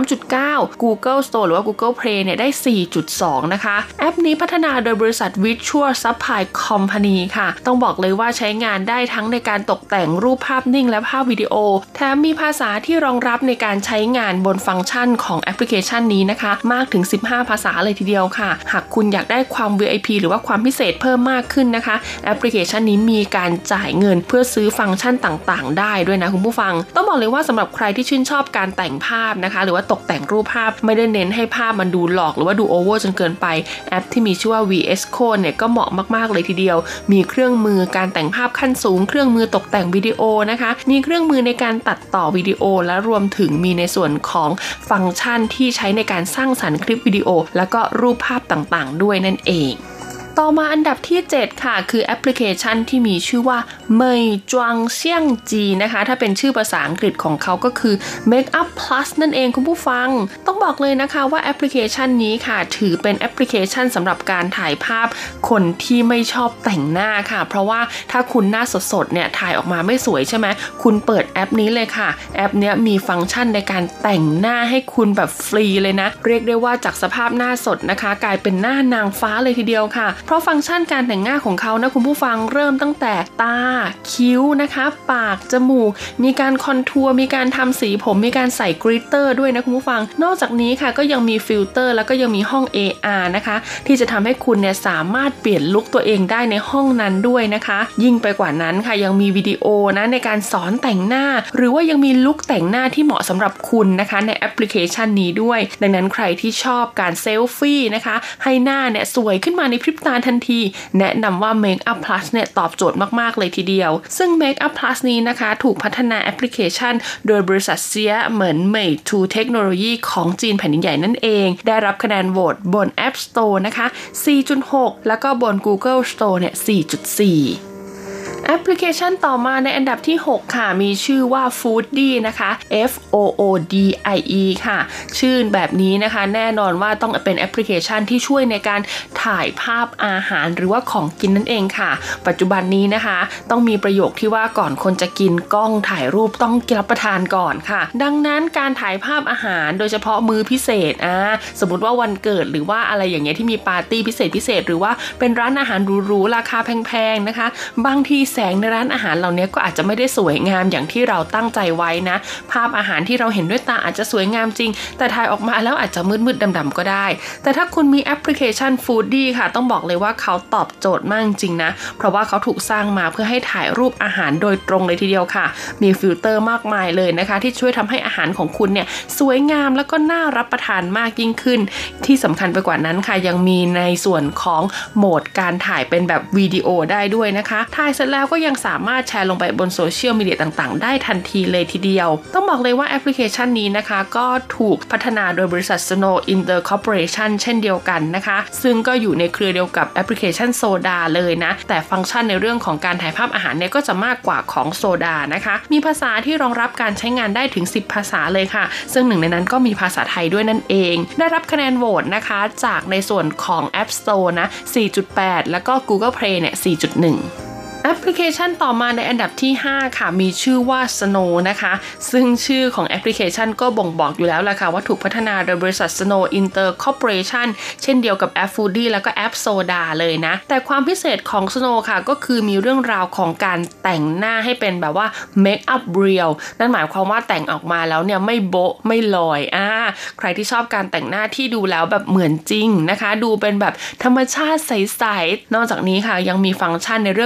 3.9 Google Store หรือว่า Google Play เนี่ยได้ 4.2 นะคะแอปนี้พัฒนาโดยบริษัท Visual Supply Company ค่ะต้องบอกเลยว่าใช้งานได้ทั้งในการตกแต่งรูปภาพนิ่งและภาพวิดีโอแถมมีภาษาที่รองรับในการใช้งานบนฟังก์ชันของแอปพลิเคชันนี้นะคะมากถึง15ภาษาเลยทีเดียวค่ะหากคุณอยากได้ความ VIP หรือว่าความพิเศษเพิ่มมากขึ้นนะคะแอปพลิเคชันนี้มีการจ่ายเงินเพื่อซื้อฟังก์ชันต่างๆได้ด้วยนะคุณผู้ฟังต้องบอกเลยว่าสำหรับใครที่ชื่นชอบการแต่งภาพนะคะหรือว่าตกแต่งรูปภาพไม่ได้เน้นให้ภาพมันดูหลอกหรือว่าดูโอเวอร์จนเกินไปแอปที่มีชื่อว่า VSCO เนี่ยก็เหมาะมากๆเลยทีเดียวมีเครื่องมือการแต่งภาพขั้นสูงเครื่องมือตกแต่งวิดีโอนะคะมีเครื่องมือในการตัดต่อวิดีโอและรวมถึงมีในส่วนของฟังก์ชันที่ใช้ในการสร้างสรรค์คลิปวิดีโอแล้วก็รูปภาพต่างๆด้วยนั่นเองต่อมาอันดับที่7ค่ะคือแอปพลิเคชันที่มีชื่อว่าเมยจวงเซี่ยงจีนะคะถ้าเป็นชื่อภาษาอังกฤษของเขาก็คือ Makeup Plus นั่นเองคุณผู้ฟังต้องบอกเลยนะคะว่าแอปพลิเคชันนี้ค่ะถือเป็นแอปพลิเคชันสำหรับการถ่ายภาพคนที่ไม่ชอบแต่งหน้าค่ะเพราะว่าถ้าคุณหน้าสดๆเนี่ยถ่ายออกมาไม่สวยใช่ไหมคุณเปิดแอปนี้เลยค่ะแอปเนี้ยมีฟังก์ชันในการแต่งหน้าให้คุณแบบฟรีเลยนะเรียกได้ว่าจากสภาพหน้าสดนะคะกลายเป็นหน้านางฟ้าเลยทีเดียวค่ะเพราะฟังก์ชันการแต่งหน้าของเขานะคุณผู้ฟังเริ่มตั้งแต่ตาคิ้วนะคะปากจมูกมีการคอนทัวร์มีการทำสีผมมีการใส่กริตเตอร์ด้วยนะคุณผู้ฟังนอกจากนี้ค่ะก็ยังมีฟิลเตอร์แล้วก็ยังมีห้อง AR นะคะที่จะทำให้คุณเนี่ยสามารถเปลี่ยนลุคตัวเองได้ในห้องนั้นด้วยนะคะยิ่งไปกว่านั้นค่ะยังมีวิดีโอนะในการสอนแต่งหน้าหรือว่ายังมีลุคแต่งหน้าที่เหมาะสำหรับคุณนะคะในแอปพลิเคชันนี้ด้วยดังนั้นใครที่ชอบการเซลฟี่นะคะให้หน้าเนี่ยสวยขึ้นมาในพริบตาทันทีแนะนำว่า Makeup Plus เนี่ยตอบโจทย์มากๆเลยทีเดียวซึ่ง Makeup Plus นี้นะคะถูกพัฒนาแอปพลิเคชันโดยบริษัทเซียเหมือนเมย์ทูเทคโนโลยีของจีนแผ่นดินใหญ่นั่นเองได้รับคะแนนโหวตบน App Store นะคะ 4.6 แล้วก็บน Google Store เนี่ย 4.4แอปพลิเคชันต่อมาในอันดับที่6ค่ะมีชื่อว่า Foodie นะคะ FOODIE ค่ะชื่อแบบนี้นะคะแน่นอนว่าต้องเป็นแอปพลิเคชันที่ช่วยในการถ่ายภาพอาหารหรือว่าของกินนั่นเองค่ะปัจจุบันนี้นะคะต้องมีประโยคที่ว่าก่อนคนจะกินกล้องถ่ายรูปต้องรับประทานก่อนค่ะดังนั้นการถ่ายภาพอาหารโดยเฉพาะมื้อพิเศษสมมุติว่าวันเกิดหรือว่าอะไรอย่างเงี้ยที่มีปาร์ตี้พิเศษหรือว่าเป็นร้านอาหารหรูๆราคาแพงๆนะคะบางทีแสงในร้านอาหารเหล่านี้ก็อาจจะไม่ได้สวยงามอย่างที่เราตั้งใจไว้นะภาพอาหารที่เราเห็นด้วยตาอาจจะสวยงามจริงแต่ถ่ายออกมาแล้วอาจจะมืดๆดำๆก็ได้แต่ถ้าคุณมีแอปพลิเคชัน Foodie ค่ะต้องบอกเลยว่าเขาตอบโจทย์มากจริงนะเพราะว่าเขาถูกสร้างมาเพื่อให้ถ่ายรูปอาหารโดยตรงเลยทีเดียวค่ะมีฟิลเตอร์มากมายเลยนะคะที่ช่วยทำให้อาหารของคุณเนี่ยสวยงามแล้วก็น่ารับประทานมากยิ่งขึ้นที่สำคัญไปกว่านั้นค่ะยังมีในส่วนของโหมดการถ่ายเป็นแบบวิดีโอได้ด้วยนะคะถ่ายเสร็จแล้วก็ยังสามารถแชร์ลงไปบนโซเชียลมีเดียต่างๆได้ทันทีเลยทีเดียวต้องบอกเลยว่าแอปพลิเคชันนี้นะคะก็ถูกพัฒนาโดยบริษัท Snow Inter Corporation เช่นเดียวกันนะคะซึ่งก็อยู่ในเครือเดียวกับแอปพลิเคชันโซดาเลยนะแต่ฟังก์ชันในเรื่องของการถ่ายภาพอาหารเนี่ยก็จะมากกว่าของโซดานะคะมีภาษาที่รองรับการใช้งานได้ถึง10ภาษาเลยค่ะซึ่งหนึ่งในนั้นก็มีภาษาไทยด้วยนั่นเองได้รับคะแนนโหวตนะคะจากในส่วนของ App Store นะ 4.8 แล้วก็ Google Play เนี่ย 4.1แอปพลิเคชันต่อมาในอันดับที่5ค่ะมีชื่อว่า Snow นะคะซึ่งชื่อของแอปพลิเคชันก็บ่งบอกอยู่แล้วแหละค่ะว่าถูกพัฒนาโดยบริษัท Snow Inter Corporation เช่นเดียวกับแอป Foodie แล้วก็แอป Soda เลยนะแต่ความพิเศษของ Snow ค่ะก็คือมีเรื่องราวของการแต่งหน้าให้เป็นแบบว่า Make up Real นั่นหมายความว่าแต่งออกมาแล้วเนี่ยไม่โบ๊ะไม่ลอยใครที่ชอบการแต่งหน้าที่ดูแล้วแบบเหมือนจริงนะคะดูเป็นแบบธรรมชาติใสๆนอกจากนี้ค่ะยังมีฟังก์ชันในเรื่องของการ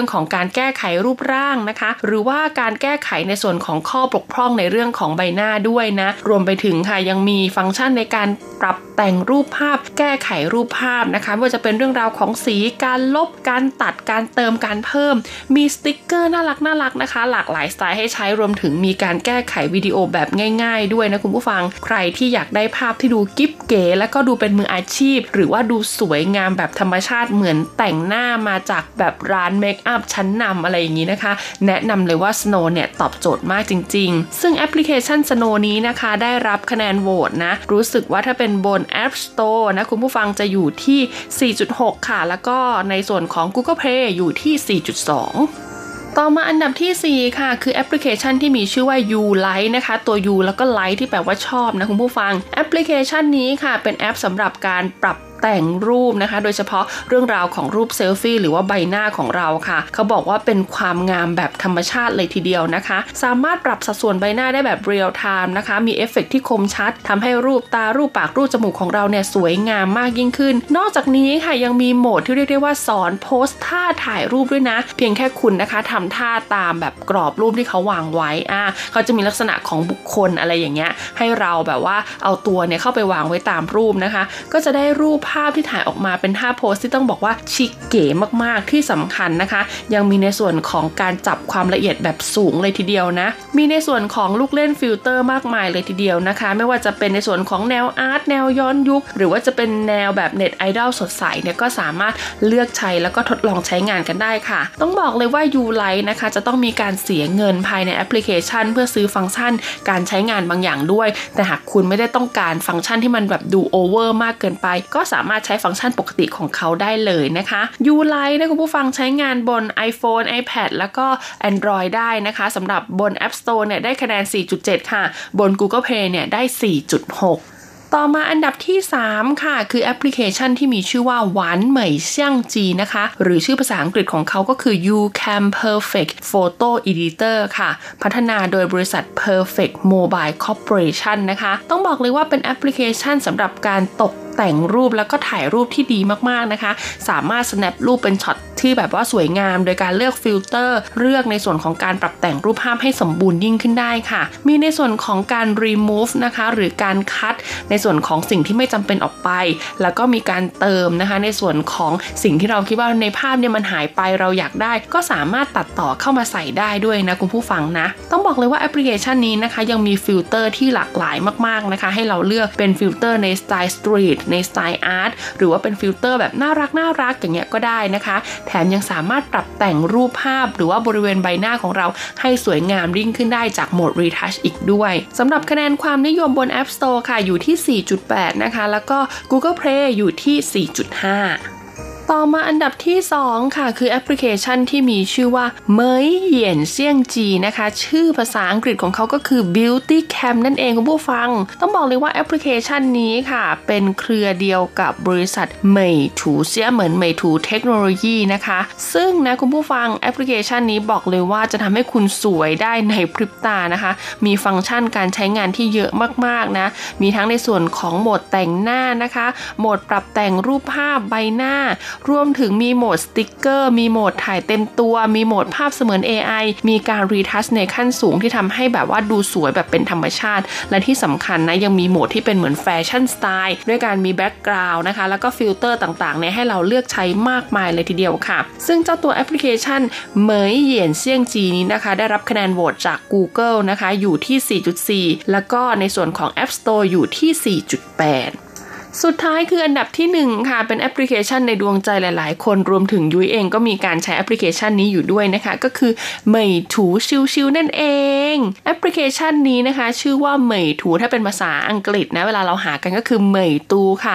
การแก้ไขรูปร่างนะคะหรือว่าการแก้ไขในส่วนของข้อบกพร่องในเรื่องของใบหน้าด้วยนะรวมไปถึงค่ะยังมีฟังก์ชันในการปรับแต่งรูปภาพแก้ไขรูปภาพนะคะไม่ว่าจะเป็นเรื่องราวของสีการลบการตัดการเติมการเพิ่มมีสติ๊กเกอร์น่ารักนะคะหลากหลายสไตล์ให้ใช้รวมถึงมีการแก้ไขวิดีโอแบบง่ายๆด้วยนะคุณผู้ฟังใครที่อยากได้ภาพที่ดูกิ๊บเก๋และก็ดูเป็นมืออาชีพหรือว่าดูสวยงามแบบธรรมชาติเหมือนแต่งหน้ามาจากแบบร้านเมคอัพชั้นนำอะไรอย่างนี้นะคะแนะนำเลยว่า Snow เนี่ยตอบโจทย์มากจริงๆซึ่งแอปพลิเคชัน Snow นี้นะคะได้รับคะแนนโหวตนะรู้สึกว่าถ้าเป็นบน App Store นะคุณผู้ฟังจะอยู่ที่ 4.6 ค่ะแล้วก็ในส่วนของ Google Play อยู่ที่ 4.2 ต่อมาอันดับที่4ค่ะคือแอปพลิเคชันที่มีชื่อว่า You Like นะคะตัว You แล้วก็ Like ที่แปลว่าชอบนะคุณผู้ฟังแอปพลิเคชันนี้ค่ะเป็นแอปสำหรับการปรับแต่งรูปนะคะโดยเฉพาะเรื่องราวของรูปเซลฟี่หรือว่าใบหน้าของเราค่ะเขาบอกว่าเป็นความงามแบบธรรมชาติเลยทีเดียวนะคะสามารถปรับสัดส่วนใบหน้าได้แบบเรียลไทม์นะคะมีเอฟเฟกต์ที่คมชัดทำให้รูปตารูปปากรูปจมูกของเราเนี่ยสวยงามมากยิ่งขึ้นนอกจากนี้ค่ะยังมีโหมดที่เรียกได้ว่าสอนโพสท่าถ่ายรูปด้วยนะเพียงแค่คุณนะคะทำท่าตามแบบกรอบรูปที่เขาวางไว้เขาจะมีลักษณะของบุคคลอะไรอย่างเงี้ยให้เราแบบว่าเอาตัวเนี่ยเข้าไปวางไว้ตามรูปนะคะก็จะได้รูปภาพที่ถ่ายออกมาเป็นท่าโพสที่ต้องบอกว่าชิคเก๋มากๆที่สำคัญนะคะยังมีในส่วนของการจับความละเอียดแบบสูงเลยทีเดียวนะมีในส่วนของลูกเล่นฟิลเตอร์มากมายเลยทีเดียวนะคะไม่ว่าจะเป็นในส่วนของแนวอาร์ตแนวย้อนยุคหรือว่าจะเป็นแนวแบบเน็ตไอดอลสดใสเนี่ยก็สามารถเลือกใช้แล้วก็ทดลองใช้งานกันได้ค่ะต้องบอกเลยว่า You Like นะคะจะต้องมีการเสียเงินภายในแอปพลิเคชันเพื่อซื้อฟังก์ชันการใช้งานบางอย่างด้วยแต่หากคุณไม่ได้ต้องการฟังก์ชันที่มันแบบดูโอเวอร์มากเกินไปก็สามารถใช้ฟังก์ชันปกติของเขาได้เลยนะคะ You Like นะคุณผู้ฟังใช้งานบน iPhone iPad แล้วก็ Android ได้นะคะสำหรับบน App Store เนี่ยได้คะแนน 4.7 ค่ะบน Google Play เนี่ยได้ 4.6 ต่อมาอันดับที่3ค่ะคือแอปพลิเคชันที่มีชื่อว่าหวานเหมยเซี่ยงจีนะคะหรือชื่อภาษาอังกฤษของเขาก็คือ YouCam Perfect Photo Editor ค่ะพัฒนาโดยบริษัท Perfect Mobile Corporation นะคะต้องบอกเลยว่าเป็นแอปพลิเคชันสำหรับการตกแต่งรูปแล้วก็ถ่ายรูปที่ดีมากๆนะคะสามารถ snap รูปเป็นช็อตที่แบบว่าสวยงามโดยการเลือกฟิลเตอร์เลือกในส่วนของการปรับแต่งรูปภาพให้สมบูรณ์ยิ่งขึ้นได้ค่ะมีในส่วนของการ remove นะคะหรือการ cut ในส่วนของสิ่งที่ไม่จำเป็นออกไปแล้วก็มีการเติมนะคะในส่วนของสิ่งที่เราคิดว่าในภาพเนี่ยมันหายไปเราอยากได้ก็สามารถตัดต่อเข้ามาใส่ได้ด้วยนะคุณผู้ฟังนะต้องบอกเลยว่าแอปพลิเคชันนี้นะคะยังมีฟิลเตอร์ที่หลากหลายมากๆนะคะให้เราเลือกเป็นฟิลเตอร์ในสไตล์สตรีทในสไตล์อาร์ตหรือว่าเป็นฟิลเตอร์แบบน่ารักอย่างเงี้ยก็ได้นะคะแถมยังสามารถปรับแต่งรูปภาพหรือว่าบริเวณใบหน้าของเราให้สวยงามยิ่งขึ้นได้จากโหมด Retouch อีกด้วยสำหรับคะแนนความนิยมบน App Store ค่ะอยู่ที่ 4.8 นะคะแล้วก็ Google Play อยู่ที่ 4.5ต่อมาอันดับที่2ค่ะคือแอปพลิเคชันที่มีชื่อว่าเหมยเหยียนเซี่ยงจีนะคะชื่อภาษาอังกฤษของเขาก็คือ Beauty Cam นั่นเองคุณผู้ฟังต้องบอกเลยว่าแอปพลิเคชันนี้ค่ะเป็นเครือเดียวกับบริษัทเหมยถูเซี่ยเหมือนเหมยถูเทคโนโลยีนะคะซึ่งนะคุณผู้ฟังแอปพลิเคชันนี้บอกเลยว่าจะทำให้คุณสวยได้ในพริบตานะคะมีฟังก์ชันการใช้งานที่เยอะมากๆนะมีทั้งในส่วนของโหมดแต่งหน้านะคะโหมดปรับแต่งรูปภาพใบหน้ารวมถึงมีโหมดสติ๊กเกอร์มีโหมดถ่ายเต็มตัวมีโหมดภาพเสมือน AI มีการรีทัชในขั้นสูงที่ทำให้แบบว่าดูสวยแบบเป็นธรรมชาติและที่สำคัญนะยังมีโหมดที่เป็นเหมือนแฟชั่นสไตล์ด้วยการมีแบ็กกราวด์นะคะแล้วก็ฟิลเตอร์ต่างๆเนี่ยให้เราเลือกใช้มากมายเลยทีเดียวค่ะซึ่งเจ้าตัวแอปพลิเคชันเหมยเหยียนเซี่ยงจีนี้นะคะได้รับคะแนนโหวตจาก Google นะคะอยู่ที่ 4.4 แล้วก็ในส่วนของ App Store อยู่ที่ 4.8สุดท้ายคืออันดับที่1ค่ะเป็นแอปพลิเคชันในดวงใจหลายๆคนรวมถึงยุ้ยเองก็มีการใช้แอปพลิเคชันนี้อยู่ด้วยนะคะก็คือเหมยถูชิวๆนั่นเองแอปพลิเคชันนี้นะคะชื่อว่าเหมยถูถ้าเป็นภาษาอังกฤษนะเวลาเราหากันก็คือเหมยตูค่ะ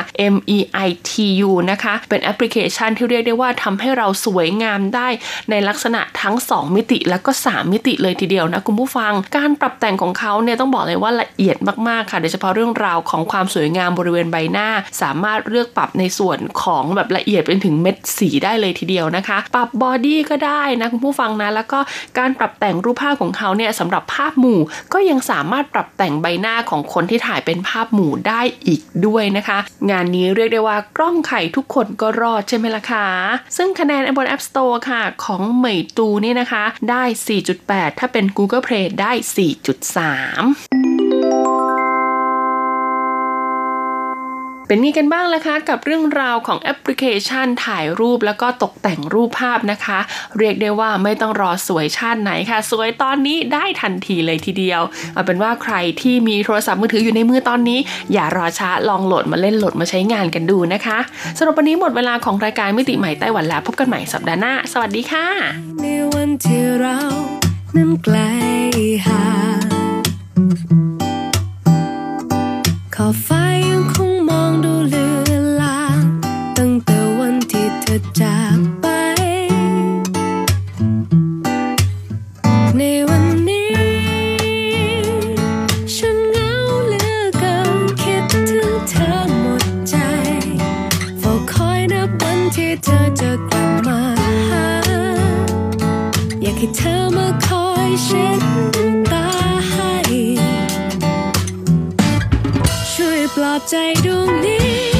MEITU นะคะเป็นแอปพลิเคชันที่เรียกได้ว่าทำให้เราสวยงามได้ในลักษณะทั้ง2มิติแล้วก็3มิติเลยทีเดียวนะคุณผู้ฟังการปรับแต่งของเขาเนี่ยต้องบอกเลยว่าละเอียดมากๆค่ะโดยเฉพาะเรื่องราวของความสวยงามบริเวณใบหน้าสามารถเลือกปรับในส่วนของแบบละเอียดเป็นถึงเม็ดสีได้เลยทีเดียวนะคะปรับบอดี้ก็ได้นะคุณผู้ฟังนะแล้วก็การปรับแต่งรูปภาพของเขาเนี่ยสำหรับภาพหมู่ก็ยังสามารถปรับแต่งใบหน้าของคนที่ถ่ายเป็นภาพหมู่ได้อีกด้วยนะคะงานนี้เรียกได้ว่ากล้องไข่ทุกคนก็รอดใช่ไหมล่ะคะซึ่งคะแนนบน App Store ค่ะของเหมยตูนี่นะคะได้ 4.8 ถ้าเป็น Google Play ได้ 4.3เป็นงี้กันบ้างล่ะคะกับเรื่องราวของแอปพลิเคชันถ่ายรูปแล้วก็ตกแต่งรูปภาพนะคะเรียกได้ว่าไม่ต้องรอสวยชาติไหนค่ะสวยตอนนี้ได้ทันทีเลยทีเดียวเอาเป็นว่าใครที่มีโทรศัพท์มือถืออยู่ในมือตอนนี้อย่ารอช้าลองโหลดมาเล่นโหลดมาใช้งานกันดูนะคะสำหรับวันนี้หมดเวลาของรายการมิติใหม่ไต้หวันแล้วพบกันใหม่สัปดาห์หน้าสวัสดีค่ะในวันที่เรานั้นไกลห่างขอบฟ้ายังคงมองดูเลือนลางตั้งแต่วันที่เธอจากไปในวันนี้ฉันเหงาเหลือเกินคิดถึงเธอหมดใจเฝ้าคอยนับวันที่เธอจะกลับมาหาอยากให้เธอมาคอยเช็ดน้ำตาให้ช่วยปลอบใจดวงนี้